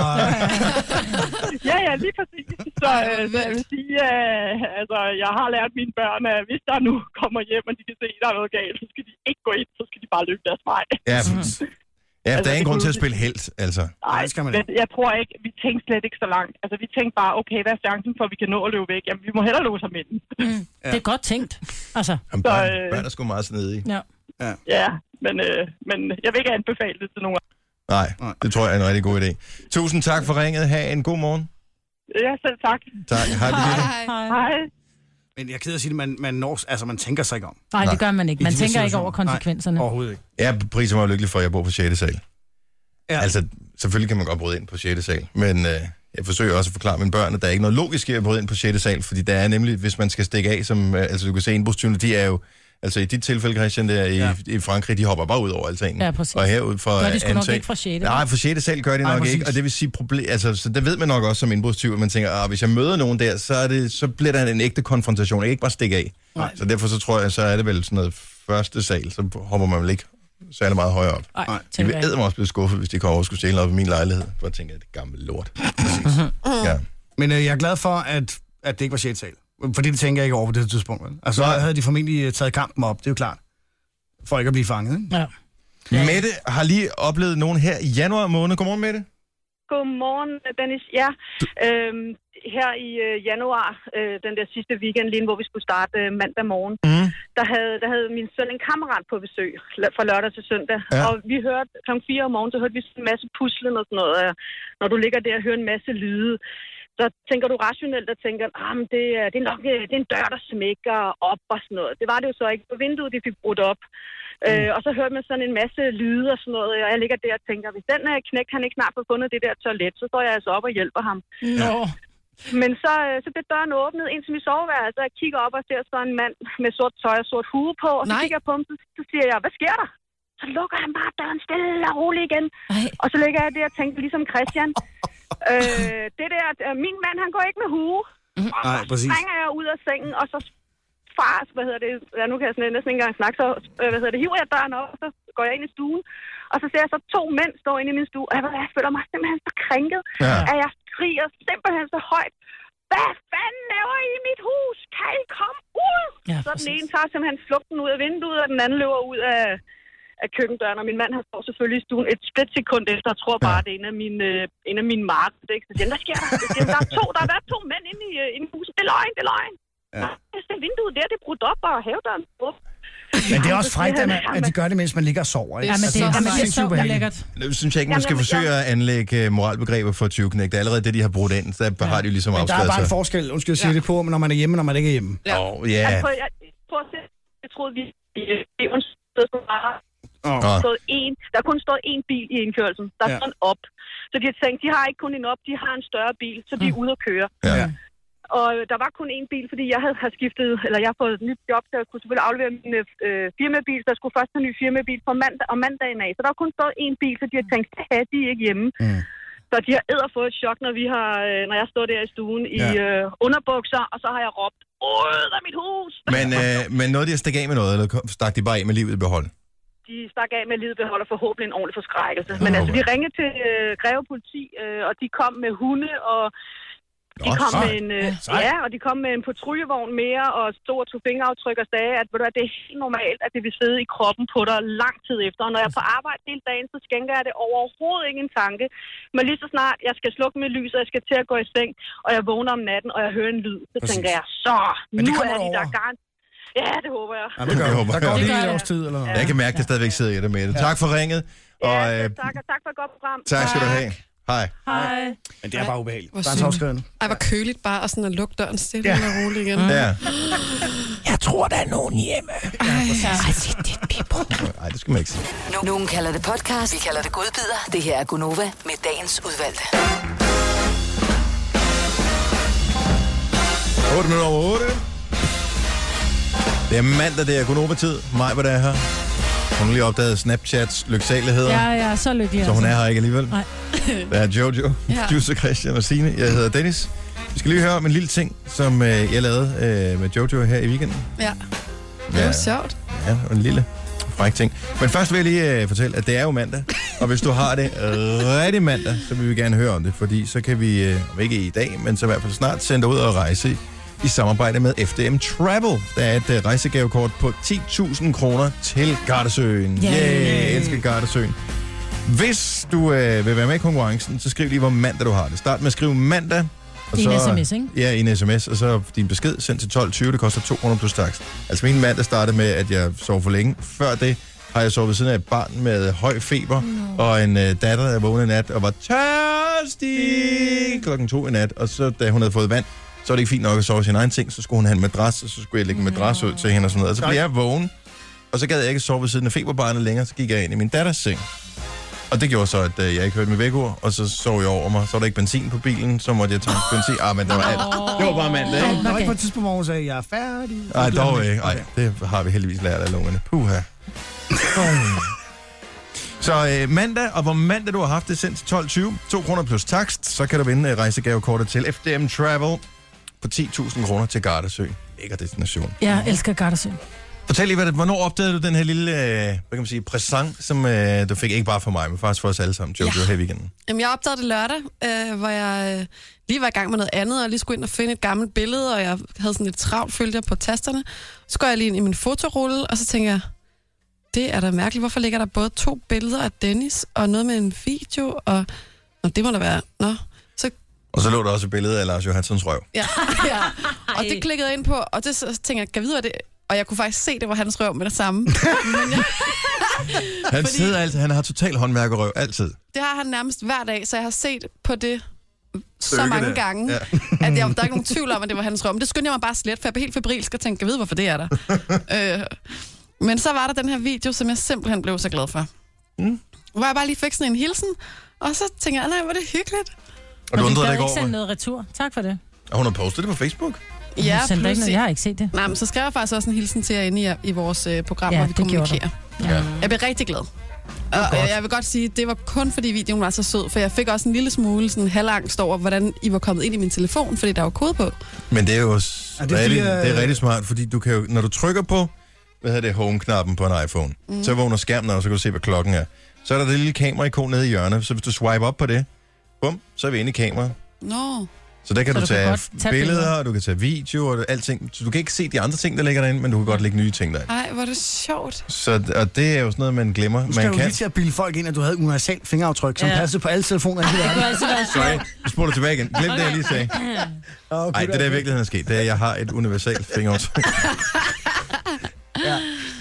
Ja, lige præcis. Så jeg vil sige, altså, jeg har lært mine børn, at hvis der nu kommer hjem, og de kan se, at der er noget galt, så skal de ikke gå ind, så skal de bare løbe deres vej. Ja, ja, der er ingen grund til at spille helt, altså. Nej, men jeg tror ikke, vi tænkte slet ikke så langt. Altså, vi tænkte bare, okay, hvad er chancen for, at vi kan nå at løbe væk? Jamen, vi må hellere låse ham ind. Ja. Det er godt tænkt, altså. Jamen, børn er sgu meget snedige. Ja, men jeg vil ikke anbefale det til nogen. Nej, det tror jeg er en rigtig god idé. Tusind tak for ringet. Ha' en god morgen. Ja, selv tak. Tak. Hej. Hej. Men jeg er ked af at sige det, man tænker sig ikke om. Nej, det gør man ikke. Man tænker ikke over konsekvenserne. Nej, overhovedet ikke. Jeg priser mig lykkelig for, at jeg bor på 6. sal. Ja. Altså, selvfølgelig kan man godt bryde ind på 6. sal, men jeg forsøger også at forklare mine børn, at der er ikke noget logisk i at bryde ind på 6. sal, fordi der er nemlig, hvis man skal stikke af, som altså du kan se, indbrudstyvene, de er jo, altså i dit tilfælde, Christian, der i Frankrig, de hopper bare ud over altanen. Ja, præcis. Og herud fra gør de sgu nok ikke fra 6. Nej, fra 6. sal gør de nok ikke, og det vil sige, så der ved man nok også som indbrudstyv, at man tænker, hvis jeg møder nogen der, så bliver der en ægte konfrontation, ikke bare stikke af. Nej. Så derfor så tror jeg, så er det vel sådan noget 1. sal, så hopper man vel ikke særlig meget højere op. Nej, de vil æde mig også blive skuffet, hvis de kommer over og skulle stjæle op i min lejlighed. For jeg tænker, det er gammel lort. Ja. Men jeg er glad for, at det ikke var 6. sal. Fordi det tænker jeg ikke over på det tidspunkt. Vel? Altså, så havde de formentlig taget kampen op, det er jo klart. For ikke at blive fanget. Ikke? Ja. Mette har lige oplevet nogen her i januar måned. Godmorgen, Mette. Godmorgen, Dennis. Ja, her i januar, den der sidste weekend, lige hvor vi skulle starte mandag morgen, der havde min søn en kammerat på besøg fra lørdag til søndag. Ja. Og vi hørte kl. 4 om morgenen, så hørte vi en masse puslen og sådan noget. Når du ligger der og hører en masse lyde, så tænker du rationelt og tænker, det er nok det er en dør, der smækker op og sådan noget. Det var det jo så ikke. På vinduet, de fik brudt op. Og så hørte man sådan en masse lyde og sådan noget, og jeg ligger der og tænker, hvis den knæk, han ikke snart får fundet det der toilet, så står jeg altså op og hjælper ham. Nå. Men så blev døren åbnet ind til min soveværelse, og jeg kigger op og ser så en mand med sort tøj og sort hue på, og så kigger jeg på ham, så siger jeg, hvad sker der? Så lukker han bare døren stille og roligt igen. Og så ligger jeg der og tænker, ligesom Christian, det der, min mand, han går ikke med hue. Og så springer jeg ud af sengen, og så nu kan jeg næsten ikke engang snakke, så hiver jeg døren op, og så går jeg ind i stuen, og så ser jeg så 2 mænd stå inde i min stue, og jeg føler mig simpelthen så krænket, at jeg skriger simpelthen så højt, hvad fanden laver I i mit hus? Kan I komme ud? Ja, så den ene tager simpelthen flugten ud af vinduet, og den anden løber ud af køkkendøren, og min mand har stået selvfølgelig i stuen et splitsekund efter, og tror bare, det er en af mine marker. Så siger, hvad sker der? Der har været 2 mænd inde i huset. Det er løgn. Ja. Det vinduet der, det er brudt op, og havedøren. Men det er også frækt, at de gør det, mens man ligger og sover. Ikke? Ja, men det er så ulækkert. Nu synes jeg ikke, man skal forsøge at anlægge moralbegreber for 20-knæk. Det er allerede det, de har brudt ind. Der har de jo ligesom afskrevet sig. Men der er bare en forskel, undskyld at sige det på, når man er hjemme, når man ikke er hjemme. Ja. Jeg tror, jeg troede, vi der er kun stået én bil i indkørslen. Der er sådan op. Så de har tænkt, de har ikke kun en op, de har en større bil, så de er ude at køre. Ja. Og der var kun én bil, fordi jeg har skiftet, eller jeg har fået et nyt job, så jeg kunne selvfølgelig aflevere min firmabil, så jeg skulle først have en ny firmabil på mandagen af. Så der var kun stået én bil, så de har tænkt, at de er ikke hjemme. Så de har fået et chok, når jeg stod der i stuen i underbukser, og så har jeg råbt, ud af mit hus! Men noget, de har stak af med noget, eller stak de bare af med livet i behold? De stak af med livet i behold og forhåbentlig en ordentlig forskrækkelse. Men altså, de ringede til Greve politi, og de kom med hunde, og de kom med og de kom med en patruljevogn mere, og stod og tog fingeraftryk og sagde, at det er helt normalt, at det vil sidde i kroppen på dig lang tid efter. Og når jeg er på arbejde hele dagen, så skænker jeg det overhovedet ikke en tanke. Men lige så snart jeg skal slukke mit lys, og jeg skal til at gå i seng, og jeg vågner om natten, og jeg hører en lyd, så tænker jeg, nu er de der garant. Ja, det håber jeg. Ja, der går lige et års tid, eller noget. Jeg kan mærke, at det stadigvæk sidder i det med det. Tak for ringet. Og, tak for et godt program. Tak skal du have. Hej. Men det er bare ubehageligt. Ej, hvor køligt bare at sådan at lukke døren stille og roligt igen. Ja. Jeg tror, der er nogen hjemme. Nej, det skal man ikke sige. Nogen kalder det podcast, vi kalder det godbider. Det her er Gunova med dagens udvalgte. 8 minutter over 8. Det er mandag, det er Gunova-tid. Maj, hvad der er her. Hun har lige opdaget Snapchats lyksaligheder. Ja, så lykkelig. Så hun er her ikke alligevel. Nej. Der er Jojo, Juice, Christian og Signe. Jeg hedder Dennis. Vi skal lige høre om en lille ting, som jeg lavede med Jojo her i weekenden. Ja, det var sjovt. Ja, en lille fræk ting. Men først vil jeg lige fortælle, at det er jo mandag. Og hvis du har det rigtig mandag, så vil vi gerne høre om det. Fordi så kan vi, om ikke i dag, men så i hvert fald snart sende dig ud og rejse i samarbejde med FDM Travel. Der er et rejsegavekort på 10.000 kroner til Gardasøen. Jeg elsker Gardasøen. Hvis du vil være med i konkurrencen, så skriv lige, hvor mandag du har det. Start med at skrive mandag. Og I så, en sms, ikke? Ja, i en sms. Og så din besked sendt til 12.20. Det koster 200 plus takst. Altså min mandag startede med, at jeg sov for længe. Før det har jeg sovet ved siden af et barn med høj feber. Og en datter, der vågnede i nat og var tørstig klokken 2 i nat. Og så da hun havde fået vand, så var det ikke fint nok at sove sin egen ting. Så skulle hun have en madras, og så skulle jeg lægge en madras ud til hende og sådan noget. Og så blev jeg vågen. Og så gad jeg ikke sove ved siden af feberbarnet længere. Så gik jeg ind i min datters seng. Og det gjorde så, at jeg ikke hørte mit vækord, og så sov jeg over mig. Så var der ikke benzin på bilen, så måtte jeg tage benzin. Men det var alt. Det var bare mandag, ikke? Der var ikke på et tidspunkt, hvor hun sagde, jeg er færdig. Nej, dog ikke. Nej, det har vi heldigvis lært af lungerne. Puha. Så mandag, og hvor mandag du har haft det sendt til 12.20, 2 kroner plus takst, så kan du vinde rejsegavekortet til FDM Travel på 10.000 kroner til Gardasøen. Lækker destination. Jeg elsker Gardasøen. Fortæl lige, hvornår opdagede du den her lille, hvad kan man sige, præsent, som du fik ikke bare for mig, men faktisk for os alle sammen, Jojo, her i weekenden? Jamen, jeg opdagede det lørdag, hvor jeg lige var i gang med noget andet, og lige skulle ind og finde et gammelt billede, og jeg havde sådan lidt travlt, følte jeg på tasterne. Så går jeg lige ind i min fotorulle, og så tænker jeg, det er da mærkeligt, hvorfor ligger der både 2 billeder af Dennis, og noget med en video, og det må da være, Og så lå der også et billede af Lars Johanssons røv. Ja. Og det klikkede jeg ind på, og det så tænker jeg, kan jeg vide, det. Og jeg kunne faktisk se, det var hans røv med det samme. Men han har total håndværkerrøv, altid. Det har han nærmest hver dag, så jeg har set på det så mange gange, at der er ikke nogen tvivl om, at det var hans røv. Men det skyndte jeg mig bare slet, for jeg blev helt febrilsk og tænkte, kan jeg vide, hvorfor det er der. Men så var der den her video, som jeg simpelthen blev så glad for. Hvor jeg bare lige fik sådan en hilsen, og så tænkte jeg, nej, hvor det hyggeligt. Og du undrede dig ikke over? ikke sendt noget retur. Tak for det. Og hun har postet det på Facebook? Ja, jeg har ikke set det. Nej, men så skrev jeg faktisk også en hilsen til jer inde i vores program, hvor vi kommunikerer. Ja. Jeg blev rigtig glad. Og jeg vil godt sige, at det var kun fordi videoen var så sød, for jeg fik også en lille smule sådan halvangst over, hvordan I var kommet ind i min telefon, fordi der var kode på. Men det er jo det er rigtig smart, fordi du kan jo, når du trykker på, home-knappen på en iPhone, så vågner skærmen, og så kan du se, hvad klokken er. Så er der det lille kamera-ikon nede i hjørnet, så hvis du swiper op på det, bum, så er vi inde i kameraet. Så der kan du tage billeder, og du kan tage video og alting. Så du kan ikke se de andre ting, der ligger derinde, men du kan godt lægge nye ting derinde. Ej, hvor er det sjovt. Og det er jo sådan noget, man glemmer. Du skal jo lige til at bilde folk ind, at du havde universalt fingeraftryk, som passede på alle telefoner. Det kunne altid være Sorry, du spoler tilbage igen. Glem det, jeg lige sagde. Nej, det der i virkeligheden er sket, det er, at jeg har et universalt fingeraftryk. Han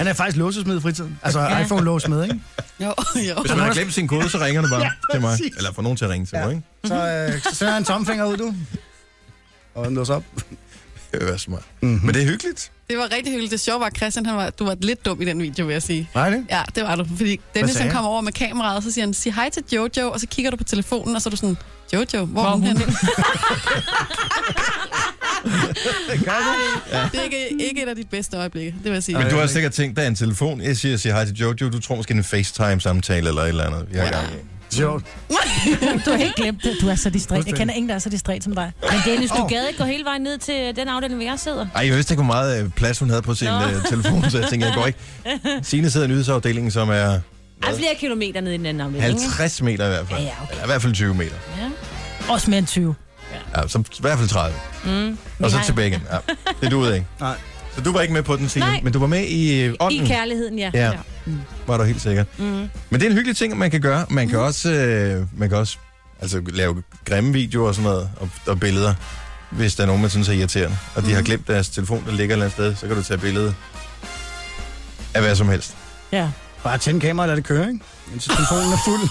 Han er faktisk låsesmed i fritiden. Altså iPhone-låsmed, ikke? Jo. Hvis man har glemt sin kode, så ringer du bare til mig. Eller får nogen til at ringe til mig, ikke? Så sender han en tomfinger ud, du. Og den låser op. Det vil være smart. Men det er hyggeligt. Det var rigtig hyggeligt. Det sjove var, Christian, du var lidt dum i den video, vil jeg sige. Nej, det? Ja, det var du. Fordi Dennis han kommer over med kameraet, og så siger han, sig hej til Jojo, og så kigger du på telefonen, og så er du sådan, Jojo, hvor er hun henne? Det er ikke et af dit bedste øjeblikke, det vil jeg sige. Men du har sikkert tænkt, der er en telefon. Jeg siger hej til Jojo. Du tror måske en FaceTime-samtale eller et eller andet. Vi har gang i. Sjovt. Du har helt glemt det. Du er så distræt. Jeg kender ingen, der er så distræt som dig. Men Dennis, du gad ikke gå hele vejen ned til den afdeling, hvor jeg sidder. Ej, jeg vidste ikke, hvor meget plads hun havde på sin telefon, så jeg tænkte, jeg går ikke. Signe sidder i nyhedsafdelingen, som er... flere kilometer ned i den anden afdeling. 50 meter i hvert fald. Ja, okay. Eller i hvert fald 20 meter. Ja. Også mere end 20. Ja, så i hvert fald 30. Og så tilbage igen. Ja. Det duede ikke. Nej. Så du var ikke med på den, Signe, men du var med i ånden. I kærligheden, ja. Var du helt sikker. Men det er en hyggelig ting, man kan gøre. Man kan også, altså, lave grimme videoer og sådan noget, og billeder, hvis der er nogen, man synes er irriterende. Og de har glemt deres telefon, der ligger et eller andet sted, så kan du tage billede af hvad som helst. Ja. Bare tænde kameraet og lad det køre, ikke? Indtil telefonen er fuld.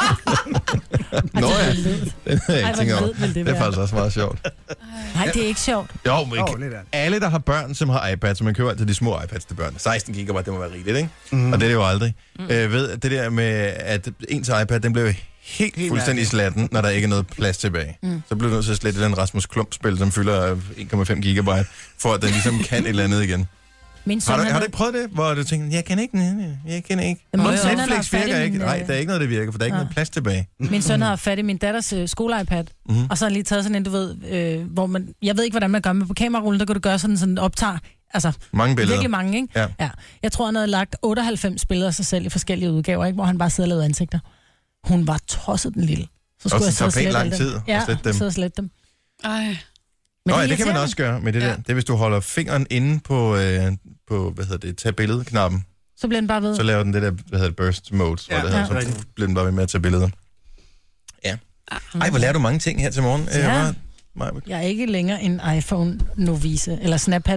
Nå ja, jeg tænker over. Det er faktisk også meget sjovt. Nej, det er ikke sjovt. Jo, men alle, der har børn, som har iPads, så man køber altid de små iPads til børn. 16 GB, det må være rigeligt, ikke? Og det er det jo aldrig. Ved at det der med, at ens iPad, den blev helt fuldstændig slatten, når der ikke er noget plads tilbage. Så bliver du nødt til at slette den Rasmus Klump-spil, som fylder 1,5 GB, for at den ligesom kan et eller andet igen. Har du ikke prøvet det, hvor du tænker, jeg kan ikke. Netflix virker ikke. Nej, der er ikke noget, der virker, for der er ikke noget plads tilbage. Min søn har fat i min datters skole-iPad, og så har han lige taget sådan en, du ved, hvor man, jeg ved ikke, hvordan man gør, men på kamerarullen, der kan du gøre sådan optager, altså mange billeder. Virkelig mange, ikke? Ja. Jeg tror, han havde lagt 98 billeder af sig selv i forskellige udgaver, ikke? Hvor han bare sidder og lavede ansigter. Hun var tosset, den lille. Så skulle jeg sidde og slette lang tid at slette dem. Ja, og slette dem. Ej. Men det kan man også gøre med det der. Det er, hvis du holder fingeren inde på tag billede-knappen. Så bliver den bare ved. Så laver den det der, burst mode, så bliver den bare ved med at tage billeder. Ja. Ej, hvor lærer du mange ting her til morgen. Ja. Jeg er ikke længere en iPhone-novice, eller Snapchat.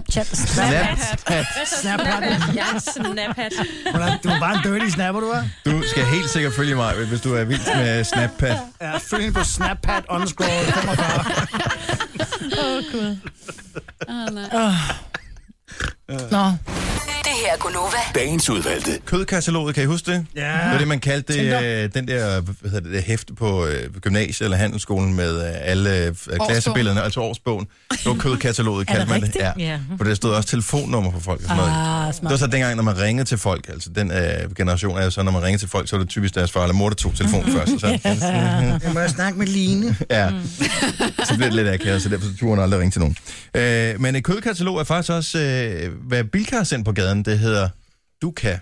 Du er bare en dirty snapper, du er. Du skal helt sikkert følge mig, hvis du er vild med Snapchat. Ja, følg hende på Snapchat _ 45. Gud. Nej. Nå. Det her er Gunova. Dagens udvalgte. Kødkataloget, kan I huske det? Ja. Det var det, man kaldte den der det hæfte på gymnasiet eller handelsskolen med alle klassebillederne, altså årsbogen. Det var kødkataloget, kaldte man det. Ja. For der stod også telefonnummer på folk og sådan noget. Det var så dengang, når man ringede til folk, altså den generation er jo så, når man ringede til folk, så var det typisk deres far eller mor, der tog telefonen først. Så. Jeg må snakke med Line. Ja, så bliver det lidt akavet, så derfor turde hun aldrig ringe til nogen. Men et kødkatalog er faktisk også, hvad Bilka har sendt på gaden. Det hedder Du Kan.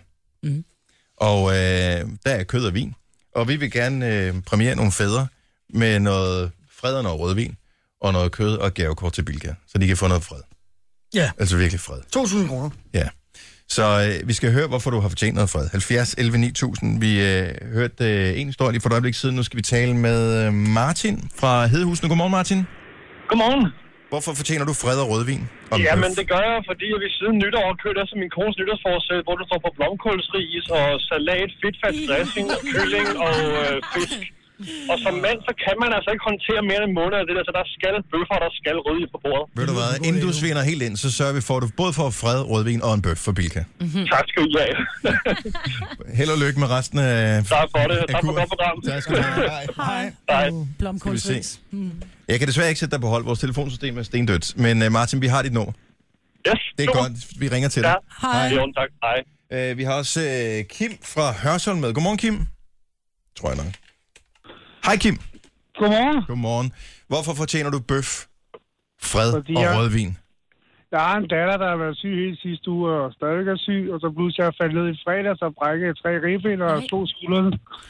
Og der er kød og vin. Og vi vil gerne premiere nogle fædre med noget fred og noget rødvin, og noget kød og gavekort til Bilka, så de kan få noget fred. Ja. Altså virkelig fred. 2.000 kroner. Ja. Så vi skal høre, hvorfor du har fortjent noget fred. 70 11 9000. Vi hørte en historie lige for et øjeblik siden. Nu skal vi tale med Martin fra Hedehusene. Godmorgen, Martin. Godmorgen. Hvorfor fortjener du fred og rødvin? Jamen, det gør jeg, fordi jeg ved siden nytår købte altså min kones nytårsforsæt, hvor du står på blomkålsris og salat, fedtfat dressing og kylling og fisk. Og som mand, så kan man altså ikke håndtere mere end en måned af det der, så der skal bøffer, der skal rødvin på bordet. Ved du hvad, inden du sviner helt ind, så sørger vi for, at du både får fred, rødvin og en bøf for Bilka. Tak skal I have. Held og lykke med resten af... Tak for det, tak for godt program. Tak skal du have. Hej. Hej. Blomkålsris. Jeg kan desværre ikke sætte dig på hold. Vores telefonsystem er stendødt. Men Martin, vi har dit nummer. Yes. Det er godt. Vi ringer til dig. Hej. Jo, tak. Hej. Vi har også Kim fra Hørsholm med. Godmorgen, Kim. Tror jeg nok. Hej, Kim. Godmorgen. Godmorgen. Hvorfor fortjener du bøf, fred og rødvin? Jeg har en datter, der har været syg hele sidste uge og stadig er syg, og så pludselig har jeg faldet ned i fredag, så brækkede 3 ribben og 2 skuldre.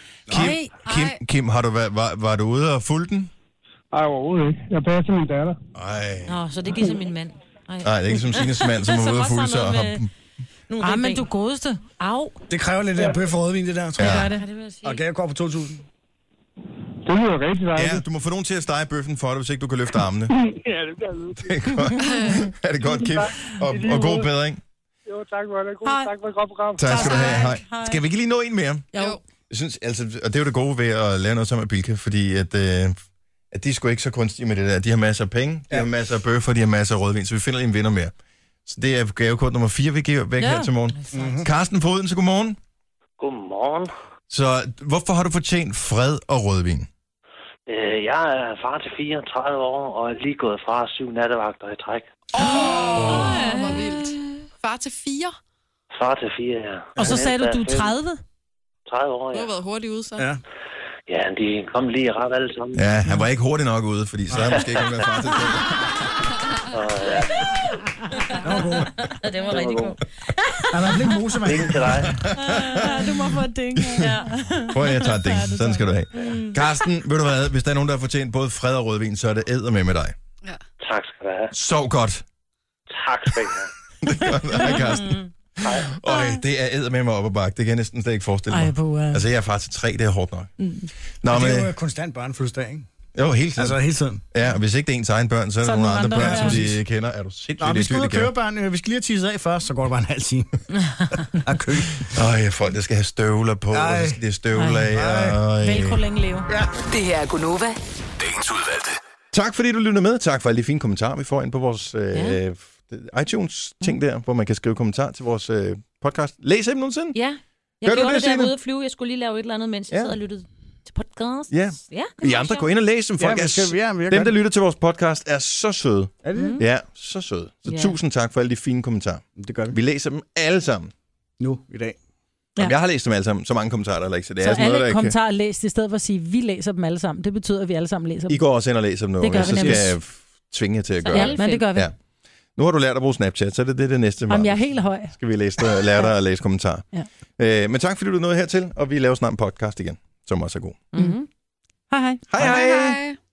Kim, har du var du ude og fulgte den? Nej, overhovedet ikke. Jeg passer min datter. Nå, så det giver som min mand. Nej, det er ikke som Signes mand, som er ude og fulde sig og har... men du godeste. Au. Det kræver lidt af bøf og rødvin, det der, tror jeg. Det gør det. Og gavekort på 2.000. Det lyder rigtig dejligt. Ja, du må få nogen til at stege bøffen for dig, hvis ikke du kan løfte armene. Ja, det bliver jeg. Det er godt. Er det godt, Kim? Og god bedring. Jo, Jo, tak for det. Tak for et godt program. Tak skal du have. Hej. Skal vi ikke lige nå en mere? Jo. Jeg synes, altså, og det er jo det gode ved at lave noget sammen med Bilka, fordi at de er sgu ikke så kunstige med det der. De har masser af penge, de har masser af bøffer, de har masser af rødvin, så vi finder lige en vinder mere. Så det er gavekort nummer 4, vi giver væk her til morgen. Mm-hmm. Carsten fra Odense, godmorgen. Godmorgen. Så hvorfor har du fortjent fred og rødvin? Jeg er far til 34 år, og er lige gået fra 7 nattevagter i træk. Hvor vildt. Far til 4? Far til 4, ja. Og så sagde du er 30? 30 år, ja. Du har været hurtigt ude, så. Ja, de kom lige ret alle sammen. Ja, han var ikke hurtig nok ude, fordi så havde han måske ikke været far til 4. Det var rigtig god. Han var lidt mosemand. Ding til dig. Du må få et ding. Ja. Prøv at jeg tager et ding. Sådan skal du have. Carsten, ved du hvad? Hvis der er nogen, der har fortjent både fred og rødvin, så er det eddermed dig. Ja. Tak skal du have. Sov godt. Tak skal du have. Det er godt. Hej, Carsten. Øj, det er eddermed mig op ad bakke. Det kan jeg næsten slet ikke forestille mig. Altså, jeg er far til 3, det er hårdt nok. Nå, men det er jo konstant børnefødselsdag, ikke? Jo, hele tiden. Altså, hele tiden. Ja, og hvis ikke det er ens egen børn, så er der nogle andre børn, som de kender. Er du sindssygt? Nå, vi skal ud og køre børn. Vi skal lige have tisset af først, så går det bare en halv time. Af kø. Folk, der skal have støvler på, og så skal de have støvler af. Velcro længe leve. Ja. Det her er Gunova. Dagens udvalgte. Tak fordi du lyttede med. Tak for alle de fine kommentarer, vi får ind på vores iTunes-ting der, hvor man kan skrive kommentarer til vores podcast. Læs dem nogensinde? Ja. Jeg gjorde det, da jeg var ude at flyve. Jeg skulle lige lave et eller andet, mens jeg sad og lyttede til podcast. Ja. I andre går ind og læs dem. Folk dem, der lytter til vores podcast, er så søde. Er det? Ja, så søde. Så tusind tak for alle de fine kommentarer. Det gør vi. Vi læser dem alle sammen. Nu, i dag. Jamen, jeg har læst dem alle sammen. Så mange kommentarer, der er ikke. Så, det så er alle noget, der kommentarer er læst, i stedet for at sige, vi læser dem alle sammen. Det betyder, at vi alle sammen læser dem. I går også ind og læser dem nu. Det gør vi så skal jeg tvinge jer til at gøre det. Men det gør vi. Ja. Nu har du lært at bruge Snapchat, så det er det næste. Jamen, jeg er helt høj. Skal vi lære dig at læse kommentarer. Ja. Men tak fordi du nåede hertil, og vi laver snart en podcast igen, som også er god. Mm-hmm. Hej hej. Hej hej.